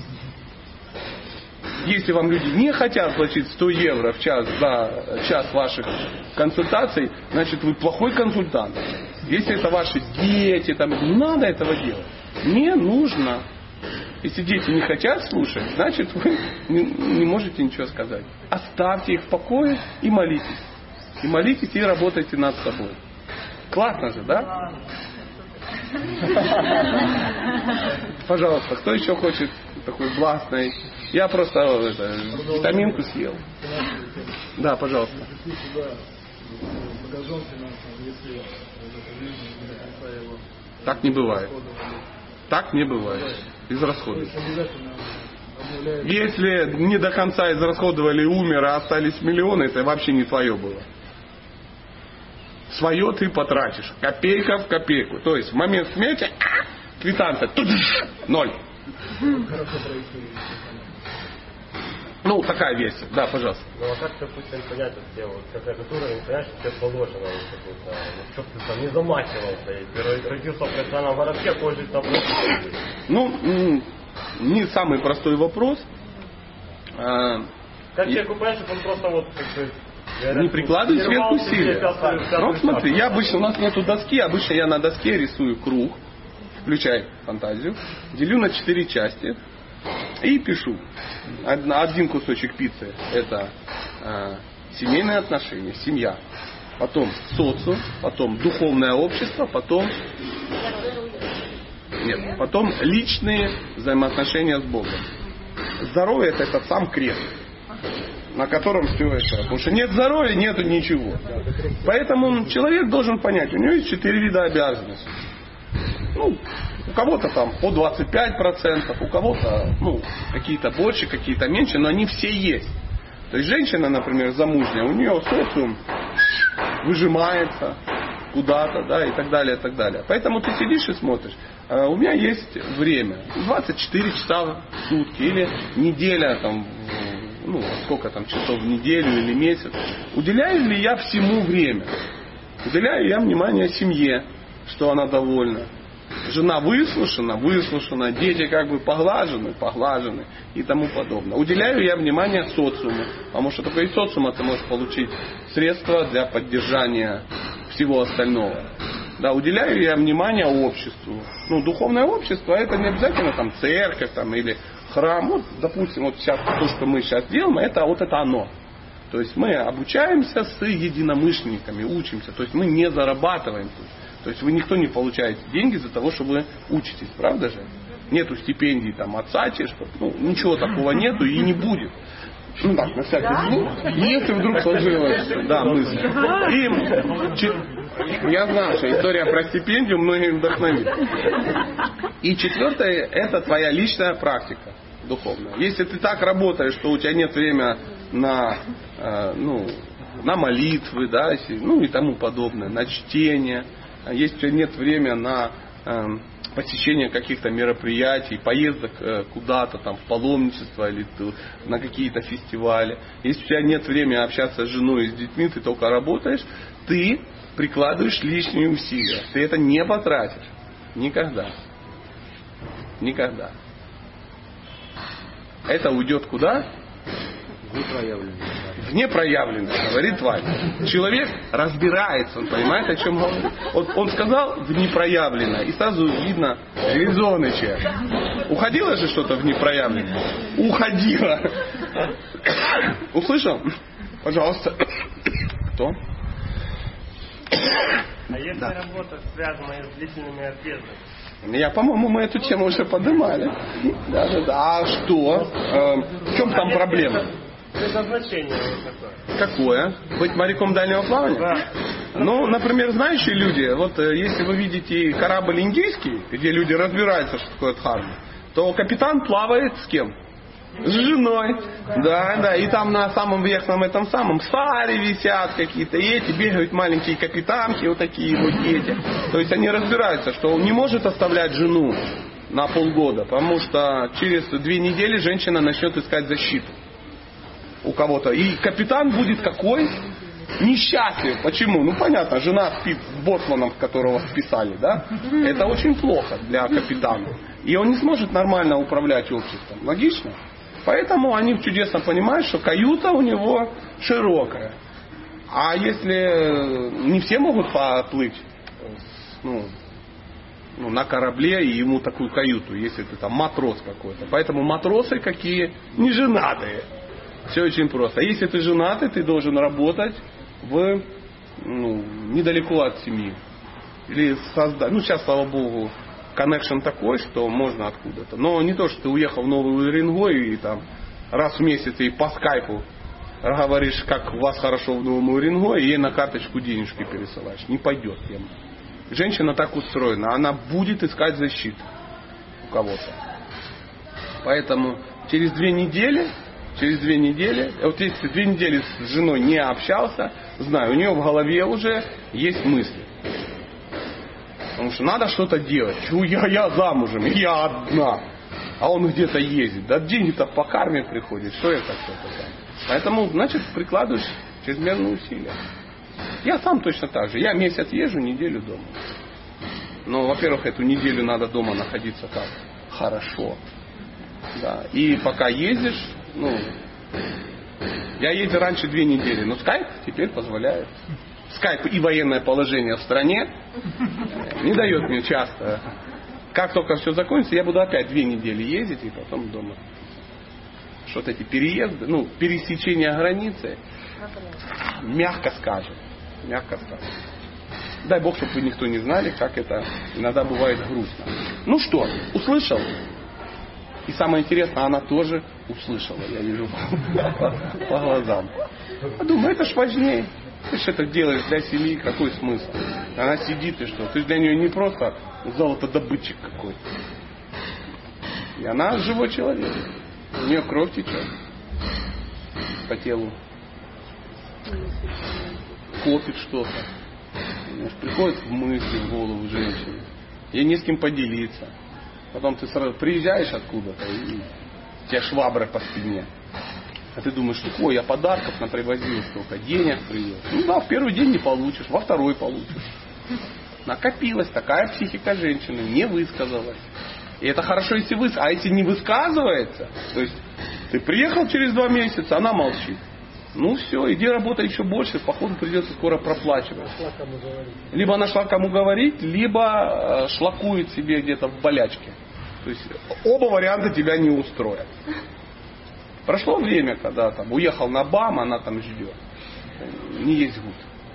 Если вам люди не хотят платить 100 евро в час за час ваших консультаций, значит вы плохой консультант. Если это ваши дети, не надо этого делать. Не нужно. Если дети не хотят слушать, значит вы не можете ничего сказать. Оставьте их в покое и молитесь. И молитесь, и работайте над собой. Классно же, да? Пожалуйста, кто еще хочет такой властный? Я просто витаминку съел. Да, пожалуйста. Так не бывает. Так не бывает. Израсходуй. Если не до конца израсходовали, умер, а остались миллионы, это вообще не твое было. Свое ты потратишь. Копейка в копейку. То есть в момент смерти квитанция. 0. Такая версия. Да, пожалуйста. А как, допустим, понять это дело? Какая-то уровень, понимаешь, тебе положено, чтобы ты там не замахивался, и ты родился в профессиональном городке, позже там просто... Не самый простой вопрос. Как человеку понять, что он просто не прикладывай сверхусилия. Смотри, у нас нету доски, обычно я на доске рисую круг, включай фантазию, делю на 4 части и пишу. Один кусочек пиццы – это семейные отношения, семья. Потом социум, потом духовное общество, потом личные взаимоотношения с Богом. Здоровье – это этот сам крест, на котором все это. Потому что нет здоровья, нету ничего. Поэтому человек должен понять, у него есть 4 вида обязанностей. У кого-то там по 25%, у кого-то какие-то больше, какие-то меньше, но они все есть. То есть женщина, например, замужняя, у нее социум выжимается куда-то, да, и так далее, и так далее. Поэтому ты сидишь и смотришь. У меня есть время, 24 часа в сутки, или неделя, сколько там часов в неделю или месяц. Уделяю ли я всему время? Уделяю я внимание семье, что она довольна. Жена выслушана, дети как бы поглажены и тому подобное. Уделяю я внимание социуму, потому что только из социума ты можешь получить средства для поддержания всего остального. Да, уделяю я внимание обществу. Духовное общество, это не обязательно там церковь там, или храм. Вот, допустим, вот сейчас то, что мы сейчас делаем, это оно. То есть мы обучаемся с единомышленниками, учимся. То есть мы не зарабатываем тут. То есть вы никто не получаете деньги за того, что вы учитесь, правда же? Нету стипендий там от САЧи, ничего такого нету и не будет. Так, на всякий случай, если вдруг сложилась мысль. И я знаю, что история про стипендию многих вдохновит. И четвертое, это твоя личная практика духовная. Если ты так работаешь, что у тебя нет времени на молитвы, да, и тому подобное, на чтение, если у тебя нет времени на посещение каких-то мероприятий, поездок куда-то там в паломничество или на какие-то фестивали. Если у тебя нет времени общаться с женой и с детьми, ты только работаешь, ты прикладываешь лишние усилия. Ты это не потратишь. Никогда. Никогда. Это уйдет куда? В непроявленное, говорит Ваня. Человек разбирается, он понимает, о чем говорит. Вот он сказал в непроявленное, и сразу видно резоныча. Уходило же что-то в непроявленное? Уходило. Услышал? Пожалуйста. Кто? А если работа связана с длительными отъездами? По-моему, мы эту тему уже поднимали. Да. А что? В чем там проблема? Предназначение какое? Какое? Быть моряком дальнего плавания? Да. Например, знающие люди, вот если вы видите корабль индийский, где люди разбираются, что такое дхарма, то капитан плавает с кем? С женой. Да. И там на самом верхнем этом самом саре висят какие-то, и эти бегают маленькие капитанки, вот такие вот эти. То есть они разбираются, что он не может оставлять жену на полгода, потому что через 2 недели женщина начнет искать защиту у кого-то. И капитан будет какой? Несчастлив. Почему? Понятно, жена спит с боцманом, которого списали, да? Это очень плохо для капитана. И он не сможет нормально управлять обществом. Логично? Поэтому они чудесно понимают, что каюта у него широкая. А если не все могут поплыть на корабле и ему такую каюту, если ты там матрос какой-то. Поэтому матросы какие? Не женатые. Все очень просто. Если ты женатый, ты должен работать недалеко от семьи. Или создать. Сейчас, слава богу, коннекшн такой, что можно откуда-то. Но не то, что ты уехал в Новую Уренгой и там раз в месяц и по скайпу говоришь, как у вас хорошо в Новом Уренгое, и ей на карточку денежки пересылаешь. Не пойдет тема. Женщина так устроена. Она будет искать защиту у кого-то. Поэтому через 2 недели, вот если 2 недели с женой не общался, знаю, у нее в голове уже есть мысли. Потому что надо что-то делать. Я замужем, я одна. А он где-то ездит. Да деньги-то по карме приходит. Что это что-то там? Поэтому, значит, прикладываешь чрезмерные усилия. Я сам точно так же. Я месяц езжу, неделю дома. Но, во-первых, эту неделю надо дома находиться как? Хорошо. Да. И пока ездишь, я ездил раньше 2 недели, но скайп теперь позволяет. Скайп и военное положение в стране не дает мне часто. Как только все закончится, я буду опять 2 недели ездить и потом дома. Что-то эти переезды, пересечение границы, мягко скажем. Дай Бог, чтобы вы никто не знали, как это иногда бывает грустно. Что, услышал? И самое интересное, она тоже услышала, я вижу по глазам. Я думаю, это ж важнее. Ты же это делаешь для семьи, какой смысл? Она сидит и что? Ты же для нее не просто золотодобытчик какой-то. И она живой человек. У нее кровь течет по телу. Копит что-то. Приходит в мысли, в голову женщины. Ей не с кем поделиться. Потом ты сразу приезжаешь откуда-то, и у тебя швабра по спине. А ты думаешь, ой, я подарков напривозил столько, денег привез. В первый день не получишь, во второй получишь. накопилась такая психика женщины, не высказалась. И это хорошо, если а если не высказывается, то есть ты приехал через 2 месяца, она молчит. Ну все, иди работай еще больше, походу придется скоро проплачивать. Либо она шла кому говорить, либо шлакует себе где-то в болячке. То есть оба варианта тебя не устроят. Прошло время, когда там уехал на БАМ, она там ждет. Не есть гуд.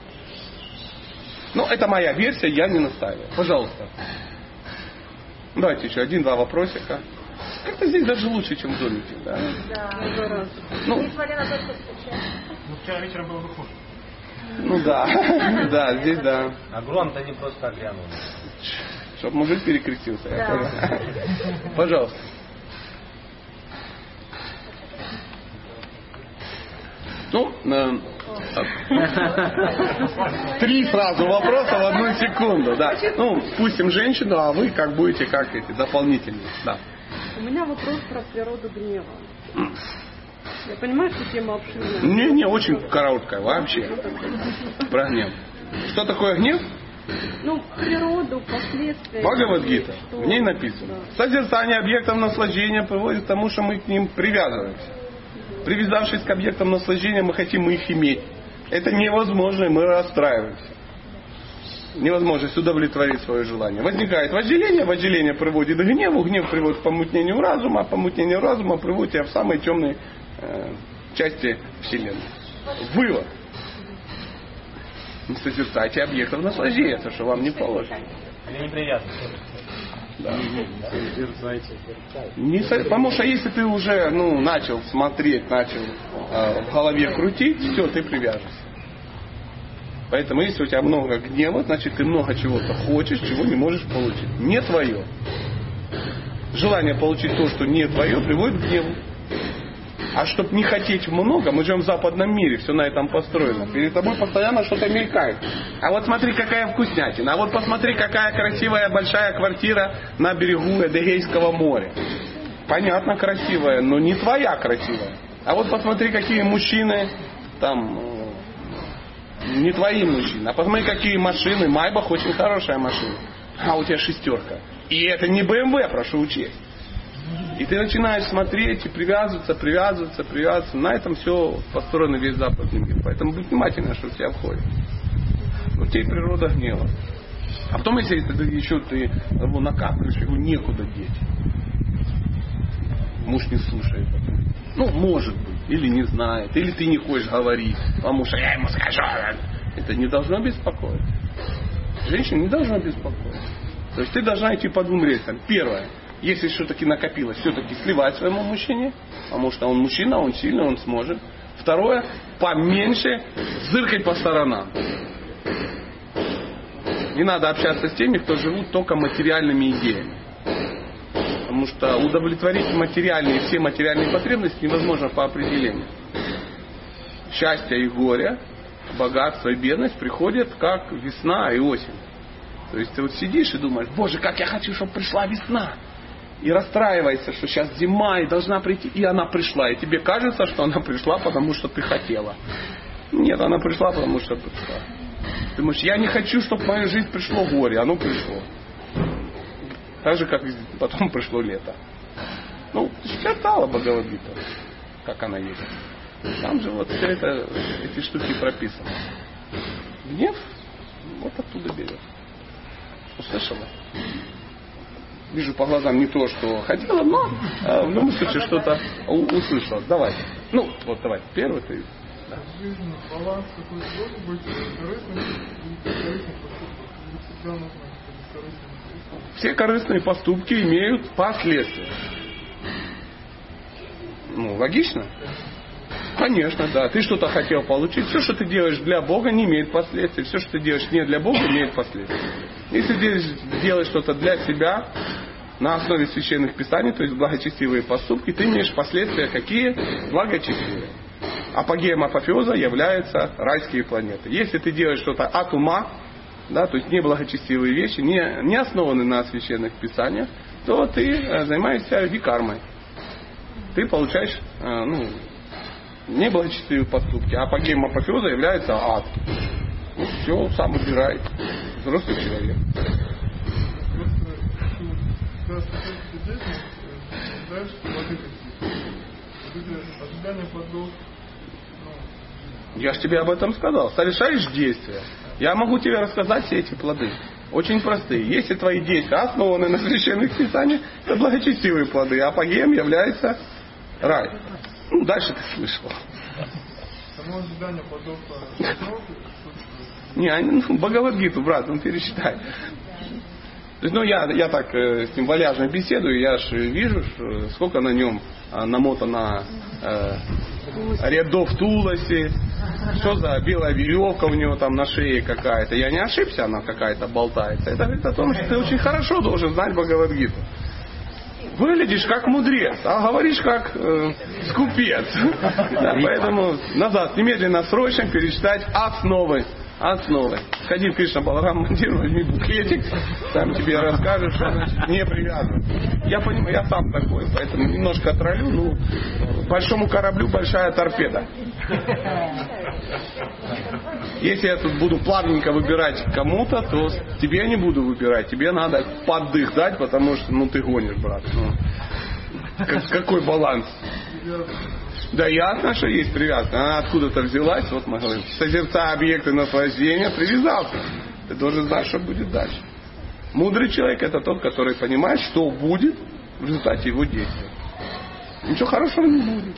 Но это моя версия, я не настаиваю. Пожалуйста. Давайте еще 1-2 вопросика. Как-то здесь даже лучше, чем в домике. Да, Да. Ну, Несмотря на то, что сейчас. Ну, вчера вечером было бы хуже. ну да, да, здесь да. А Гром-то не просто глянул. Чтоб мужик перекрестился. я понял. Пожалуйста. Ну, 3 сразу вопроса в 1 секунду. Да. Ну, спустим женщину, а вы как будете, как эти дополнительные. Да. У меня вопрос про природу гнева. Я понимаю, что тема обширная. Не очень короткая вообще. Про гнев. Что такое гнев? Ну, природу, последствия. Бхагавад-гита. Что? В ней написано. Созерцание объектов наслаждения приводит к тому, что мы к ним привязываемся. Привязавшись к объектам наслаждения, мы хотим их иметь. Это невозможно, и мы расстраиваемся. Невозможность удовлетворить свое желание. Возникает вожделение, вожделение приводит к гневу, гнев приводит к помутнению разума, а помутнение разума приводит тебя в самые темные части Вселенной. Вывод. Не созерцайте объектов наслаждения, то, что вам не положено. Или неприятно. Да. Потому что если ты уже начал смотреть, начал в голове крутить, все, ты привяжешься. Поэтому если у тебя много гнева, значит ты много чего-то хочешь, чего не можешь получить. Не твое. Желание получить то, что не твое, приводит к гневу. А чтобы не хотеть много, мы живем в западном мире, все на этом построено. Перед тобой постоянно что-то мелькает. А вот смотри, какая вкуснятина. А вот посмотри, какая красивая большая квартира на берегу Эдегейского моря. Понятно, красивая, но не твоя красивая. А вот посмотри, какие мужчины там... Не твои мужчины. А посмотри, какие машины. Майбах очень хорошая машина. А у тебя 6. И это не BMW, прошу учесть. И ты начинаешь смотреть и привязываться. На этом все построено весь западный мир. Поэтому будь внимательна, что в тебя входит. У тебя природа гнева. А потом, если ты еще его накапливаешь, его некуда деть. Муж не слушает. Может быть. Или не знает. Или ты не хочешь говорить. Потому что я ему скажу. Это не должно беспокоить. Женщина не должна беспокоить. То есть ты должна идти по 2 рельсам. Первое. Если все-таки накопилось, все-таки сливать своему мужчине, потому что он мужчина, он сильный, он сможет. Второе, поменьше зыркать по сторонам. Не надо общаться с теми, кто живут только материальными идеями. Потому что удовлетворить все материальные потребности невозможно по определению. Счастье и горе, богатство и бедность приходят как весна и осень. То есть ты вот сидишь и думаешь, боже, как я хочу, чтобы пришла весна. И расстраивается, что сейчас зима и должна прийти. И она пришла. И тебе кажется, что она пришла, потому что ты хотела. Нет, она пришла, потому что пришла. Ты думаешь, я не хочу, чтобы в мою жизнь пришло горе. Оно пришло. Так же, как потом пришло лето. Читала Бхагавад-гиту, как она едет. Там же вот все эти штуки прописаны. Гнев вот оттуда берет. Услышала? Вижу по глазам не то, что хотела, но в любом случае что-то услышала. Давай. Давай. Первый ты. Да. Баланс какой должен быть корыстным и бескорыстным поступком. Всегда нужно бескорыстным. Все корыстные поступки имеют последствия. Логично? Конечно, да. Ты что-то хотел получить. Все, что ты делаешь для Бога, не имеет последствий. Все, что ты делаешь не для Бога, имеет последствия. Если ты делаешь что-то для себя, на основе священных писаний, то есть благочестивые поступки, ты имеешь последствия какие? Благочестивые. Апогеем апофеоза являются райские планеты. Если ты делаешь что-то от ума, да, то есть неблагочестивые вещи, не основаны на священных писаниях, то ты занимаешься викармой. Ты получаешь неблагочестивые поступки. А апогеем апофеоза является ад. Все, сам убирай. взрослый человек. Когда статическая деятельность, ожидаешь плоды какие-то. Вот эти ожидания плодов, Я же тебе об этом сказал. Совершаешь действия. Я могу тебе рассказать все эти плоды. Очень простые. Если твои действия основаны на священных писаниях, это благочестивые плоды. Апогеем является рай. Дальше ты слышал. само ожидание плодов не, Бхагавад-гиту, брат, пересчитай. То есть, я так с ним валяжно беседую, я же вижу, сколько на нем намотано рядов туласи, что за белая веревка у него там на шее какая-то. Я не ошибся, она какая-то болтается. Это говорит о том, что ты очень хорошо должен знать Бхагавад-гиту. Выглядишь как мудрец, а говоришь как скупец. Да, поэтому назад, немедленно, срочно перечитать основы. Сходи в Кришна Баларам Мандир, возьми буклетик, там тебе расскажут, что значит не привязывать. Я понимаю, я сам такой, поэтому немножко троллю, большому кораблю большая торпеда. Если я тут буду плавненько выбирать кому-то, то тебе я не буду выбирать. Тебе надо поддых дать, потому что ты гонишь, брат. Какой баланс? Да ясно, что есть привязка. Она откуда-то взялась, вот мы говорим, созерцая объекты наслаждения, привязался. Ты должен знать, что будет дальше. Мудрый человек — это тот, который понимает, что будет в результате его действия. Ничего хорошего не будет.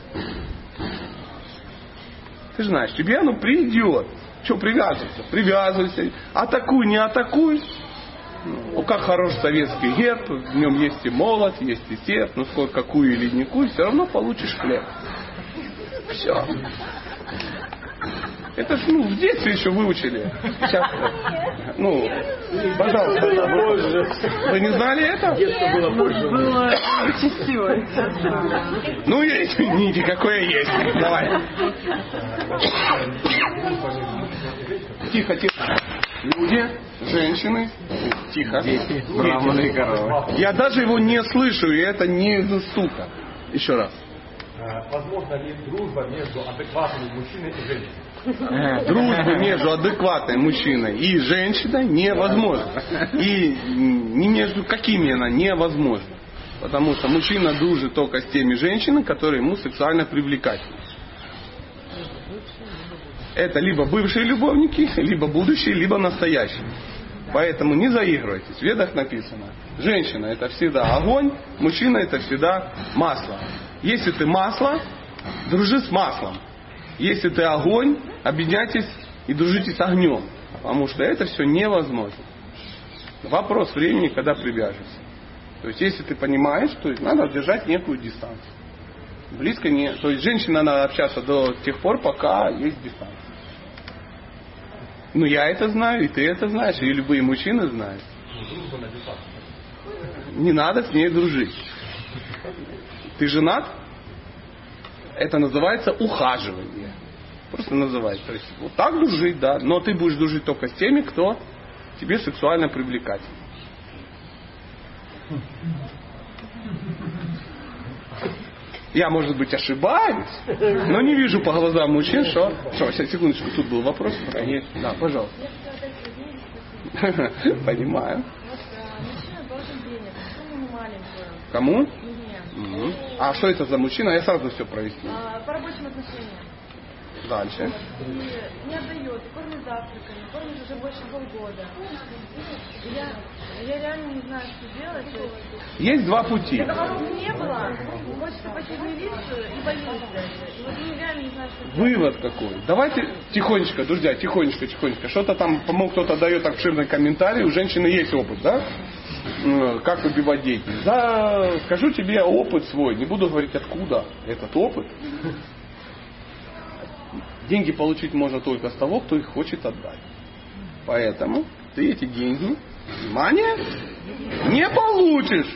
Ты же знаешь, тебе оно придет. Что привязываться? Привязывайся. Атакуй, не атакуй. Как хорош советский герб, в нем есть и молот, есть и серп, сколько какую или никую, все равно получишь хлеб. Все. Это ж, в детстве еще выучили. Сейчас, пожалуйста. Вы не знали это? Детство было позже. Было счастливое. Извините, какое есть. Давай. Тихо. Люди, женщины, тихо. Дети, браманы и коровы. Я даже его не слышу, и это не из-за стука. Еще раз. Возможно ли дружба между адекватным мужчиной и женщиной? Дружба между адекватной мужчиной и женщиной невозможна. И не между какими она невозможна. Потому что мужчина дружит только с теми женщинами, которые ему сексуально привлекательны. Это либо бывшие любовники, либо будущие, либо настоящие. Поэтому не заигрывайтесь. В Ведах написано: женщина — это всегда огонь, мужчина — это всегда масло. Если ты масло, дружи с маслом. Если ты огонь, объединяйтесь и дружите с огнем. Потому что это все невозможно. Вопрос времени, когда привяжешься. То есть, если ты понимаешь, то надо держать некую дистанцию. Близко не... То есть, женщина надо общаться до тех пор, пока есть дистанция. Я это знаю, и ты это знаешь, и любые мужчины знают. Не надо с ней дружить. Ты женат? Это называется ухаживание. Просто называется. То есть, вот так дружить, да. Но ты будешь дружить только с теми, кто тебе сексуально привлекательный. Я, может быть, ошибаюсь, но не вижу по глазам мужчин, что... Сейчас, секундочку, тут был вопрос. Да, пожалуйста. Понимаю. Мужчина должен денег, сумму маленькую. Кому? Мне. А что это за мужчина? Я сразу все проясню. По рабочим отношениям. Дальше. И не отдает, кормит завтраками, кормит уже больше полгода. Я реально не знаю, что делать. Есть два пути. Договоров не было, хочется пойти в милицию и боюсь даже. И вот я реально не знаю, что делать. Вывод какой? Давайте тихонечко, друзья, тихонечко. Что-то там, по-моему, кто-то дает обширный комментарий, у женщины есть опыт, да? Как выбивать деньги. Да, скажу тебе опыт свой, не буду говорить откуда этот опыт. Деньги получить можно только с того, кто их хочет отдать. Поэтому ты эти деньги, внимание, не получишь.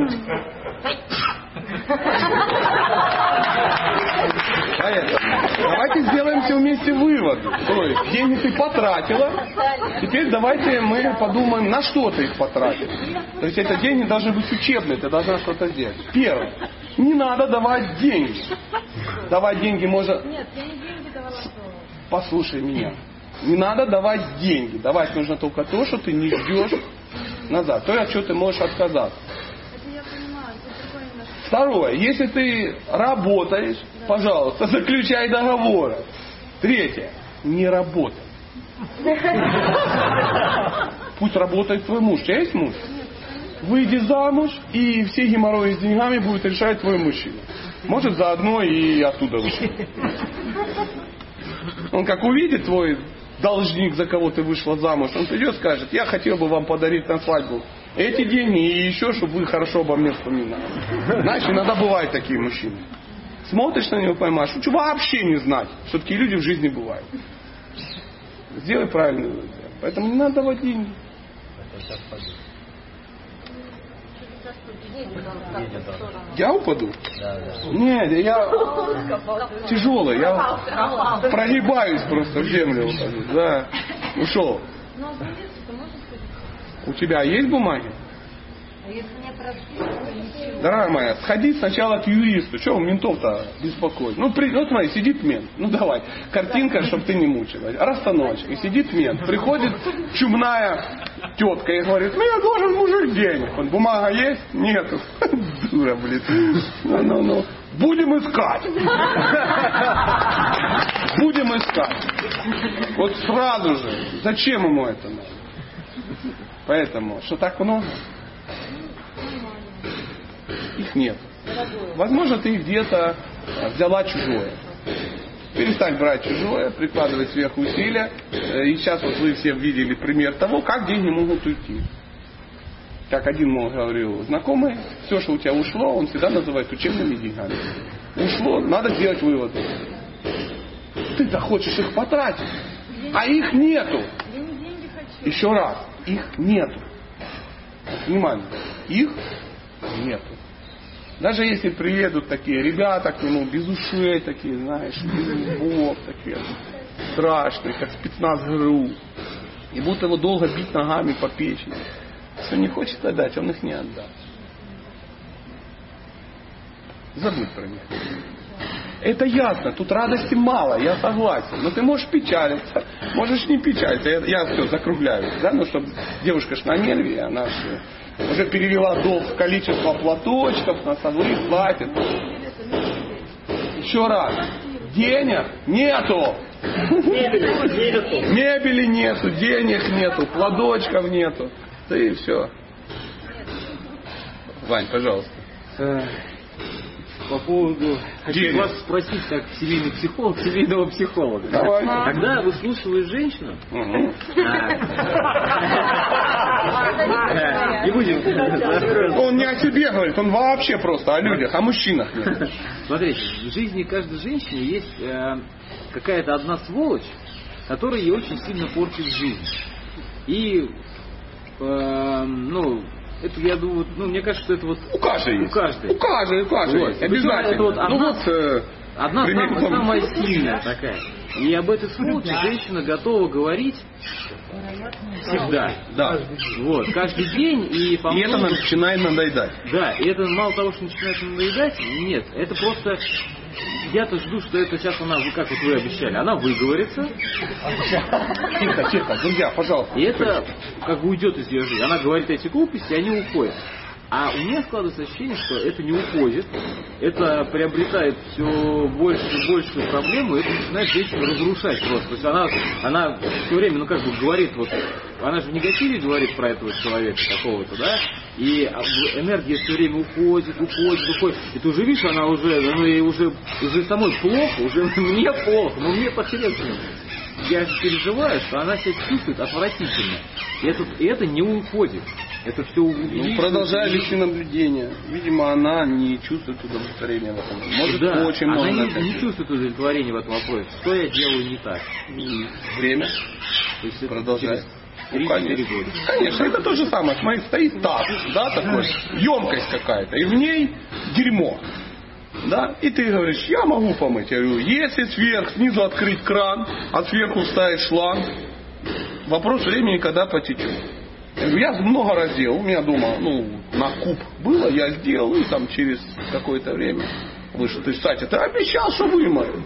Поэтому давайте сделаем все вместе выводы. То есть деньги ты потратила, теперь давайте мы подумаем, на что ты их потратил. То есть это деньги должны быть учебные, ты должна что-то сделать. Первое. Не надо давать деньги. Давать деньги можно... Нет, я не деньги давала. Послушай меня. Не надо давать деньги. Давать нужно только то, что ты не ждешь назад. То, от чего ты можешь отказаться. Это я понимаю, это другое немножко. Второе. Если ты работаешь, пожалуйста, заключай договоры. Третье. Не работай. Пусть работает твой муж. У тебя есть муж? Выйди замуж, и все геморрои с деньгами будет решать твой мужчина. Может, заодно и оттуда вышел. Он как увидит твой должник, за кого ты вышла замуж, он придет и скажет: я хотел бы вам подарить на свадьбу эти деньги и еще, чтобы вы хорошо обо мне вспоминали. Знаешь, иногда бывают такие мужчины. Смотришь на него, поймаешь, лучше вообще не знать, что такие люди в жизни бывают. Сделай правильный выбор. Поэтому не надо давать деньги. Я упаду? Нет, я тяжелый, я прогибаюсь просто в землю. Да. Ушел. У тебя есть бумаги? Дорогая моя, сходи сначала к юристу. Чего ментов-то беспокоить? Ну, смотри, сидит мент. Ну, давай. Картинка, чтобы ты не мучилась. Расстановочка. Сидит мент. Приходит чумная тетка и говорит: ну, я должен мужик денег. Он: бумага есть? Нету. Дура, блин. Ну. Будем искать. Будем искать. Вот сразу же. Зачем ему это надо? Поэтому, что так много? Их нет. Возможно, ты где-то взяла чужое. Перестань брать чужое, прикладывать сверху усилия. И сейчас вот вы все видели пример того, как деньги могут уйти. Как один мой говорил знакомый, все, что у тебя ушло, он всегда называет учебными деньгами. Ушло, надо сделать выводы. Ты-то хочешь их потратить, а их нету. Еще раз, их нету. Внимание, их нету. Даже если приедут такие ребята к нему, без ушей такие, знаешь, без зубов такие, страшные, как спецназ ГРУ, и будут его долго бить ногами по печени. Если не хочет отдать, он их не отдаст. Забудь про них. Это ясно, тут радости мало, я согласен. Но ты можешь печалиться, можешь не печалиться. Я все закругляю, да, ну чтобы девушка ж на нерве, она же уже перевела долг в количество платочков, носовых, платьев. Еще раз. Денег нету. Мебели нету, денег нету, платочков нету. Да и все. Вань, пожалуйста. По поводу... Хочу вас спросить, как семейный психолог, семейного психолога. Давай. Когда выслушиваешь женщину... Не будем... Он не о себе говорит, он вообще просто о людях, о мужчинах. Смотрите, в жизни каждой женщины есть какая-то одна сволочь, которая ей очень сильно портит жизнь. И, это, я думаю, мне кажется, что это вот... У каждой есть. У каждой. У каждой Вот. есть. Обязательно. Это вот одна самая сильная такая. И об этой сволочи женщина готова говорить всегда. Да. Вот. Каждый день. И это начинает надоедать. Да. И это мало того, что начинает надоедать, нет. Это просто... Я-то жду, что это сейчас она, как вот вы обещали, она выговорится. Тихо, друзья, пожалуйста. И это как бы уйдет из ее жизни. Она говорит эти глупости, и они уходят. А у меня складывается ощущение, что это не уходит. Это приобретает все большую и большую проблему, и это начинает женщину разрушать просто. То есть она все время, говорит, вот, она же в негативе говорит про этого человека какого-то, да? И энергия все время уходит. И ты уже видишь, она ей уже самой плохо, уже мне плохо, но мне по-серьезному. Я переживаю, что она себя чувствует отвратительно. И это не уходит. Это все продолжая личные наблюдения. Видимо, она не чувствует удовлетворения в этом. Может, да, очень много. Она не чувствует удовлетворения в этом вопросе. Что я делаю не так? Время. То есть продолжает. 3-4 года. Конечно, это то же самое. Смотри, стоит таз, да, такой, емкость какая-то, и в ней дерьмо. Да? И ты говоришь: я могу помыть. Я говорю: если снизу открыть кран, а сверху вставить шланг, вопрос времени, когда потечет. Я много раз делал, у меня дома, на куб было, я сделал, и там через какое-то время вышел. Ты, кстати, ты обещал, что вымою.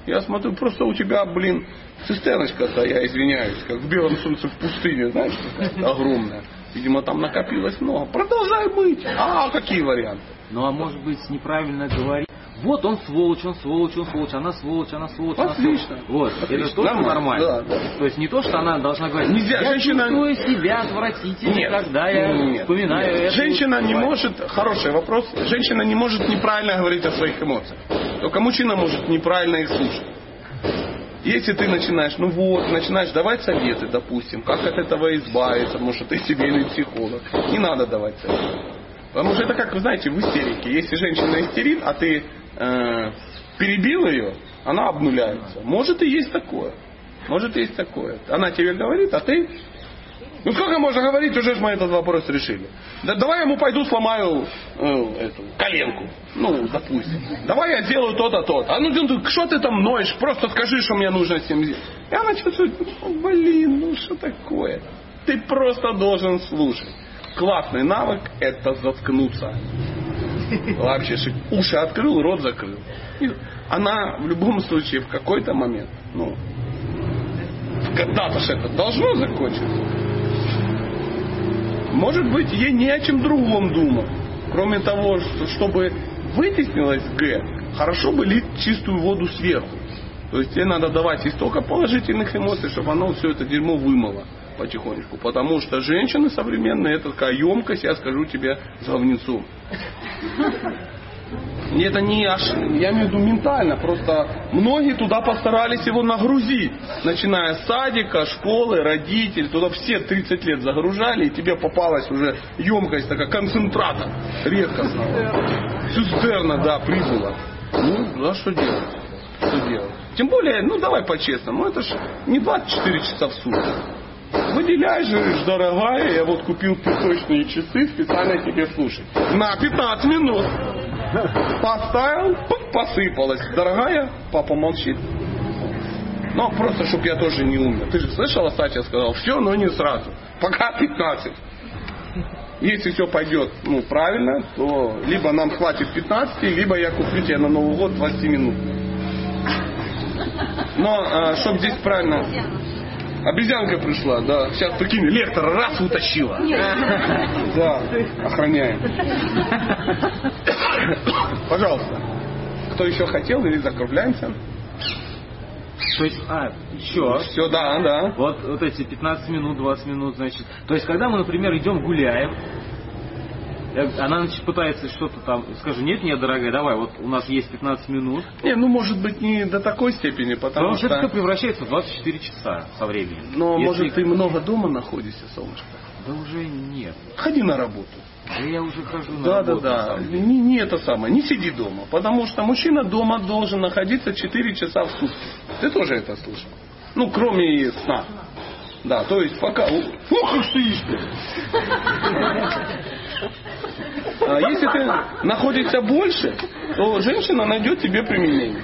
Я смотрю, просто у тебя, цистерночка-то, я извиняюсь, как в белом солнце в пустыне, знаешь, такая огромная. Видимо, там накопилось много. Продолжай быть. Какие варианты? Ну, а может быть, неправильно говорить. Вот он сволочь, она сволочь, она сволочь. Отлично. Вот, отлично. это тоже нормально. Да. То есть не то, что она должна говорить, нельзя, я женщина... чувствую себя отвратительно, когда я вспоминаю это. Женщина не может, хороший вопрос, женщина не может неправильно говорить о своих эмоциях. Только мужчина может неправильно их слушать. Если ты начинаешь давать советы, допустим, как от этого избавиться, может, ты семейный психолог, не надо давать советы. Потому что это как, вы знаете, в истерике. Если женщина истерит, а ты перебил ее, она обнуляется. Может и есть такое. Она тебе говорит, а ты... сколько можно говорить, уже мы этот вопрос решили. Да, давай я ему пойду сломаю коленку. Допустим. Давай я сделаю то-то, то-то. Что ты там ноешь? Просто скажи, что мне нужно с ним сделать. И она чувствует, что такое? Ты просто должен слушать. Классный навык – это заткнуться. Вообще, уши открыл, рот закрыл. И она в любом случае в какой-то момент, когда-то же это должно закончиться. Может быть, ей не о чем другом думать. Кроме того, чтобы вытеснилось Г, хорошо бы лить чистую воду сверху. То есть ей надо давать истолько положительных эмоций, чтобы оно все это дерьмо вымыло потихонечку. Потому что женщины современные, это такая емкость, я скажу тебе, с говнецом. И это не я имею в виду ментально, просто многие туда постарались его нагрузить. Начиная с садика, школы, родители, туда все 30 лет загружали, и тебе попалась уже емкость, такая концентратор редкостного. Цистерна, прибыла. Что делать? Тем более, давай по-честному, это же не 24 часа в сутки. Выделяешь, говоришь, дорогая, я вот купил песочные часы, специально тебе слушать. На 15 минут. Поставил, посыпалось. Дорогая, папа молчит. Просто, чтобы я тоже не умер. Ты же слышала, Сатя сказал, все, но не сразу. Пока 15. Если все пойдет правильно, то либо нам хватит 15, либо я куплю тебе на Новый год 20 минут. Но, чтобы здесь правильно... Обезьянка пришла, да. Сейчас, прикинь, лектор раз утащила. Да, охраняем. Пожалуйста. Кто еще хотел или закругляемся? То есть, еще. Все, да. Вот эти 15 минут, 20 минут, значит. То есть, когда мы, например, идем гуляем, она пытается что-то там, скажу, нет, дорогая, давай, вот у нас есть 15 минут. Может быть, не до такой степени, потому что... это превращается в 24 часа со временем. Но, может, ты много дома находишься, солнышко? Да уже нет. Ходи на работу. Да я уже хожу на работу. Да. Не это самое, не сиди дома. Потому что мужчина дома должен находиться 4 часа в сутки. Ты тоже это слышал? Кроме сна. Да, то есть пока... Как стоишь ты! Если ты находишься больше, то женщина найдет тебе применение.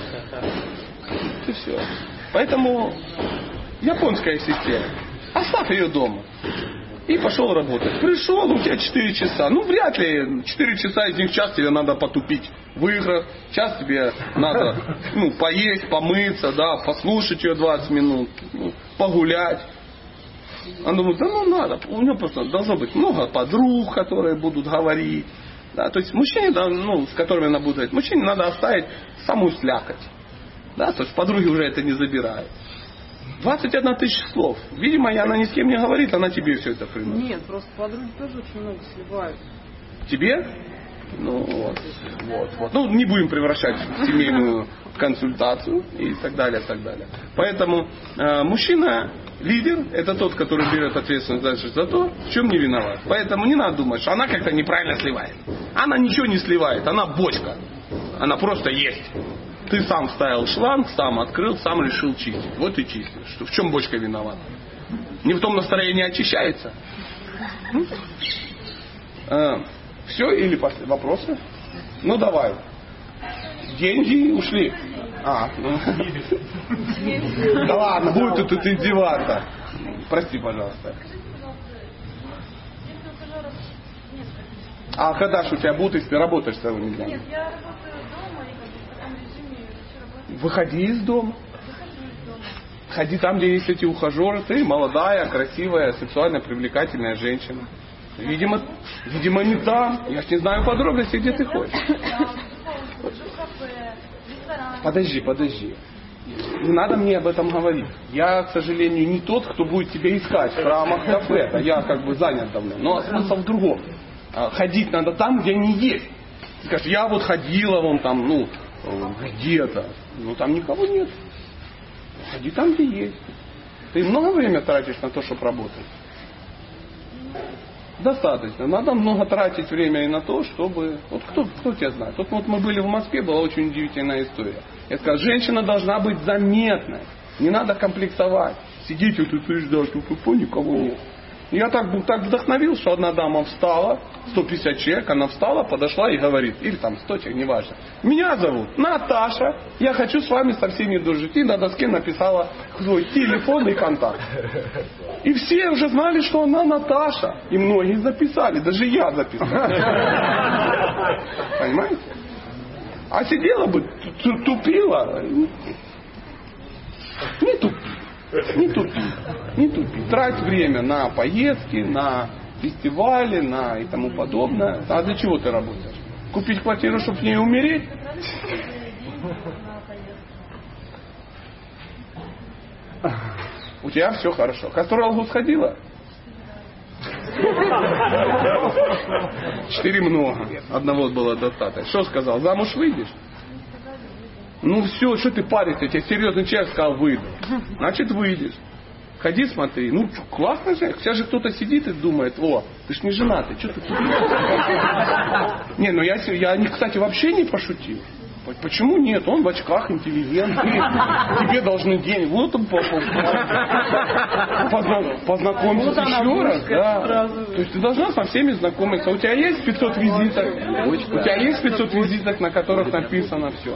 И все. Поэтому японская система. Оставь ее дома. И пошел работать. Пришел, у тебя 4 часа. Вряд ли 4 часа из них час тебе надо потупить в играх. Час тебе надо поесть, помыться, послушать ее 20 минут, погулять. Она думает, надо. У нее просто должно быть много подруг, которые будут говорить. Да, то есть мужчине, с которыми она будет говорить, мужчине надо оставить самую слякоть. Да, то есть подруги уже это не забирают. 21 тысяча слов. Видимо, она ни с кем не говорит, она тебе все это приносит. Нет, просто подруги тоже очень много сливают. Тебе? Вот. Не будем превращать в семейную консультацию и так далее, так далее. Поэтому мужчина, лидер, это тот, который берет ответственность за то, в чем не виноват. Поэтому не надо думать, что она как-то неправильно сливает. Она ничего не сливает, она бочка. Она просто есть. Ты сам вставил шланг, сам открыл, сам решил чистить. Вот и чистишь. В чем бочка виновата? Не в том настроении очищается? Все или вопросы? Давай. Деньги ушли. Да ладно, будет тут издеваться. Прости, пожалуйста. А когда же у тебя будут, если ты работаешь целыми днями? Нет, я работаю дома и в таком режиме все работаю. Выходи из дома. Ходи там, где есть эти ухажеры. Ты молодая, красивая, сексуально привлекательная женщина. Видимо, не там. Я ж не знаю подробностей, где ты ходишь. Подожди. Не надо мне об этом говорить. Я, к сожалению, не тот, кто будет тебя искать в храмах, кафе. А я как бы занят давно. Но смысл в другом. Ходить надо там, где они есть. Ты скажешь, я вот ходила вон там, где-то. Там никого нет. Ходи там, где есть. Ты много времени тратишь на то, чтобы работать? Достаточно. Надо много тратить время и на то, чтобы... Вот кто тебя знает? Вот мы были в Москве, была очень удивительная история. Я сказал, женщина должна быть заметной. Не надо комплексовать. Сидите тут и ждать, никого нет. Я так вдохновил, что одна дама встала, 150 человек, она встала, подошла и говорит, или там 100 человек, неважно. Меня зовут Наташа, я хочу с вами со всеми дружить. И на доске написала свой телефон и контакт. И все уже знали, что она Наташа. И многие записали, даже я записал. Понимаете? А сидела бы, тупила. Не тупи. Трать время на поездки, на фестивали, на и тому подобное. А для чего ты работаешь? Купить квартиру, чтобы в ней умереть? У тебя все хорошо. К астрологу сходила? 4 много. Одного было достаточно. Что сказал? Замуж выйдешь? Все, что ты паришься? Тебе серьезный человек сказал, выйду. Значит, выйдешь. Ходи, смотри. Классно же. Сейчас же кто-то сидит и думает, ты ж не женатый, что ты тут? Не, я, кстати, вообще не пошутил. Почему нет? Он в очках, интеллигентный. Тебе должны деньги. Вот он познакомиться еще раз. Да. То есть ты должна со всеми знакомиться. У тебя есть 500 визиток? У тебя есть 500 визиток, на которых написано все?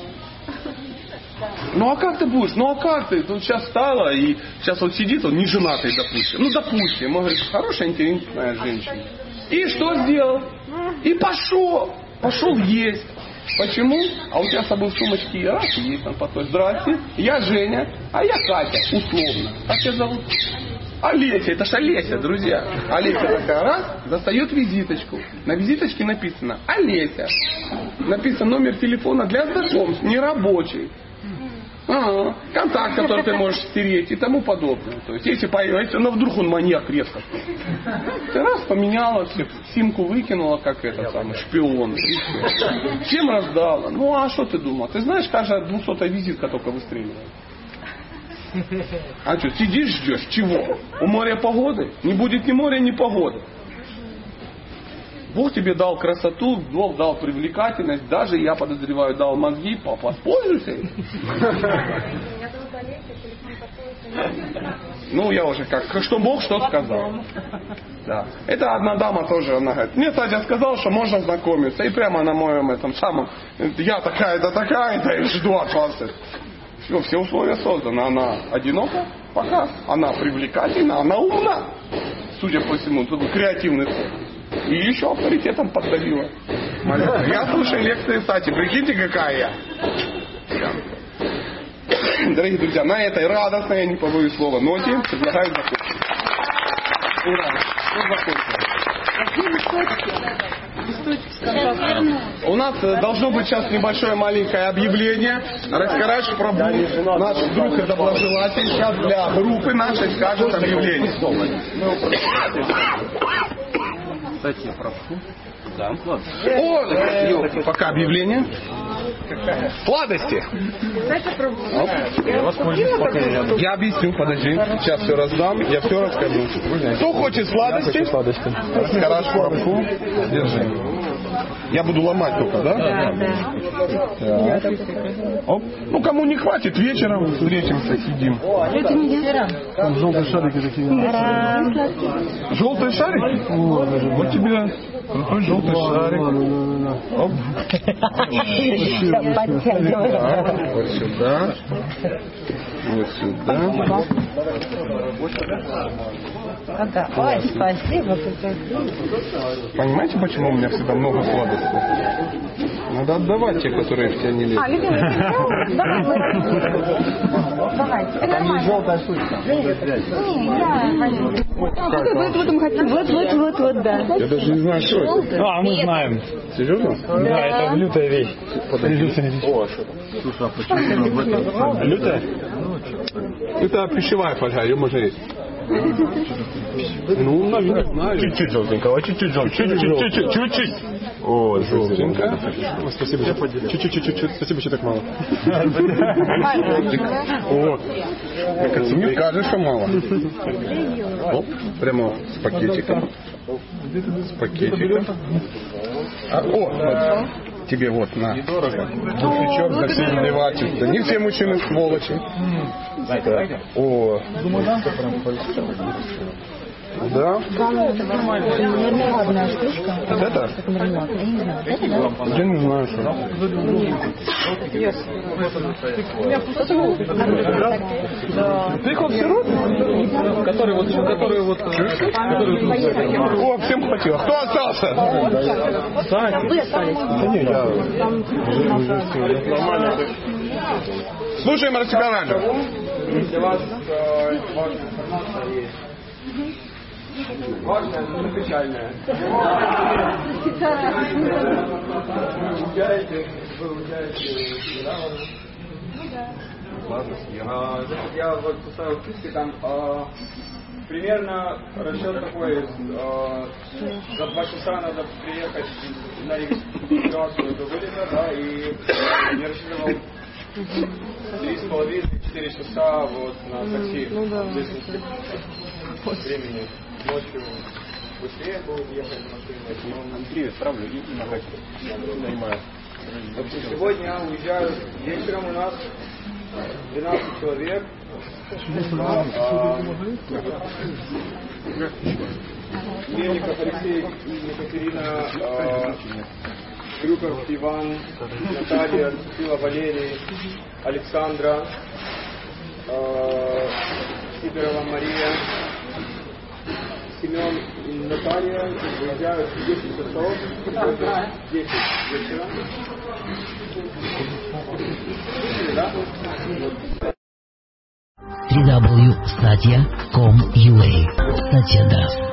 А как ты будешь? Как ты? Тут сейчас встала и сейчас вот сидит, он не женатый, допустим. Допустим. Он говорит, хорошая, интересная женщина. И что сделал? И пошел есть. Почему? А у тебя с собой в сумочке раз и есть там потом. Здрасте, я Женя, а я Катя, условно. Как тебя зовут? Олеся, это ж Олеся, друзья. Олеся такая раз, достает визиточку. На визиточке написано Олеся. Написан номер телефона для знакомств, нерабочий. Контакт, который ты можешь стереть и тому подобное. То есть, если появится, вдруг он маньяк резко. Ты раз поменяла, симку выкинула, как этот самый шпион. Всем раздала. А что ты думал? Ты знаешь, каждая 200-я визитка только выстреливает. А что, сидишь, ждешь? Чего? У моря погоды? Не будет ни моря, ни погоды. Бог тебе дал красоту, Бог дал привлекательность, даже, я подозреваю, дал мозги, воспользуйся им. Я уже что Бог, что сказал. Да. Это одна дама тоже, она говорит, мне Садя сказал, что можно знакомиться. И прямо на моем этом самом, я такая-то, и жду от вас. Все условия созданы. Она одинока, пока. Она привлекательна, она умна. Судя по всему, тут креативный ход. И еще авторитетом поддавила. Я слушаю лекции Сати. Прикиньте, какая я. Дорогие друзья, на этой радостной, я не побоюсь слова, ноте предлагаю закончить. Ура! У нас должно быть сейчас небольшое маленькое объявление. Раскарадж Прабху, наш друг и доброжелатель, сейчас для группы нашей скажет объявление. Кстати, Прабху. Да. Пока объявление. Сладости. Я объясню, подожди. Сейчас все раздам, я все расскажу. Кто хочет сладости? Хорошо, Прабху. Держи. Я буду ломать только, да? Да. Оп. Кому не хватит, вечером встретимся, сидим. Это не вечером. Там желтые шарики такие. Желтые шарики? Вот тебе крутой желтый шарик. Оп. Вот сюда. Вот сюда. Ой, спасибо. Понимаете, почему у меня всегда много сладостей? Надо отдавать те, которые в тебя не лезут. Любимый, ты взял? Давай. Это нормально. Желтая штучка. Вот мы хотим. Вот, да. Я даже не знаю, что это. Мы знаем. Серьезно? Да, это лютая вещь. О, что там? Слушай, а почему Лютая? Это пищевая фольга, ее можно есть. Ну, наверное, знаю. Чуть-чуть желтенького, чуть-чуть. О, Желтенькая. Спасибо. Чуть-чуть. Спасибо, что так мало. Вот. Не скажешь, что мало. Оп, прямо с пакетиком. Вот. Тебе вот, на. Буфичок за все наливатель. Да не все мужчины сволочи. О. Да? Это мармеладная штучка. Вот это? Это мармелад. Я не знаю. Это, да? Я не знаю, что. Да. Ты их сироп? Который вот... О, всем хватило. Кто остался? Вы остались. Да не, я нормально. Слушаем рассказали. Для вас важная информация есть. Важная, но печальная. Вы уезжаете. Я вот поставил в списке там примерно расчет такой, за 2 часа надо приехать на регистрацию до вылета, да, и я рассчитывал 3,5-4 часа вот на такси. В зависимости от времени. Ночью быстрее будет ехать на машине. Андрей, отправлю и на хате. Понимаю. В общем, сегодня уезжаю вечером, у нас 12 человек. Мельников Алексей и Екатерина, Крюков Иван, Наталья, Сила Валерий, Александра, Сидорова Мария, Семен и Наталья выезжают в 10 часов, 10 вечера. www.satya.com.ua Satya Das.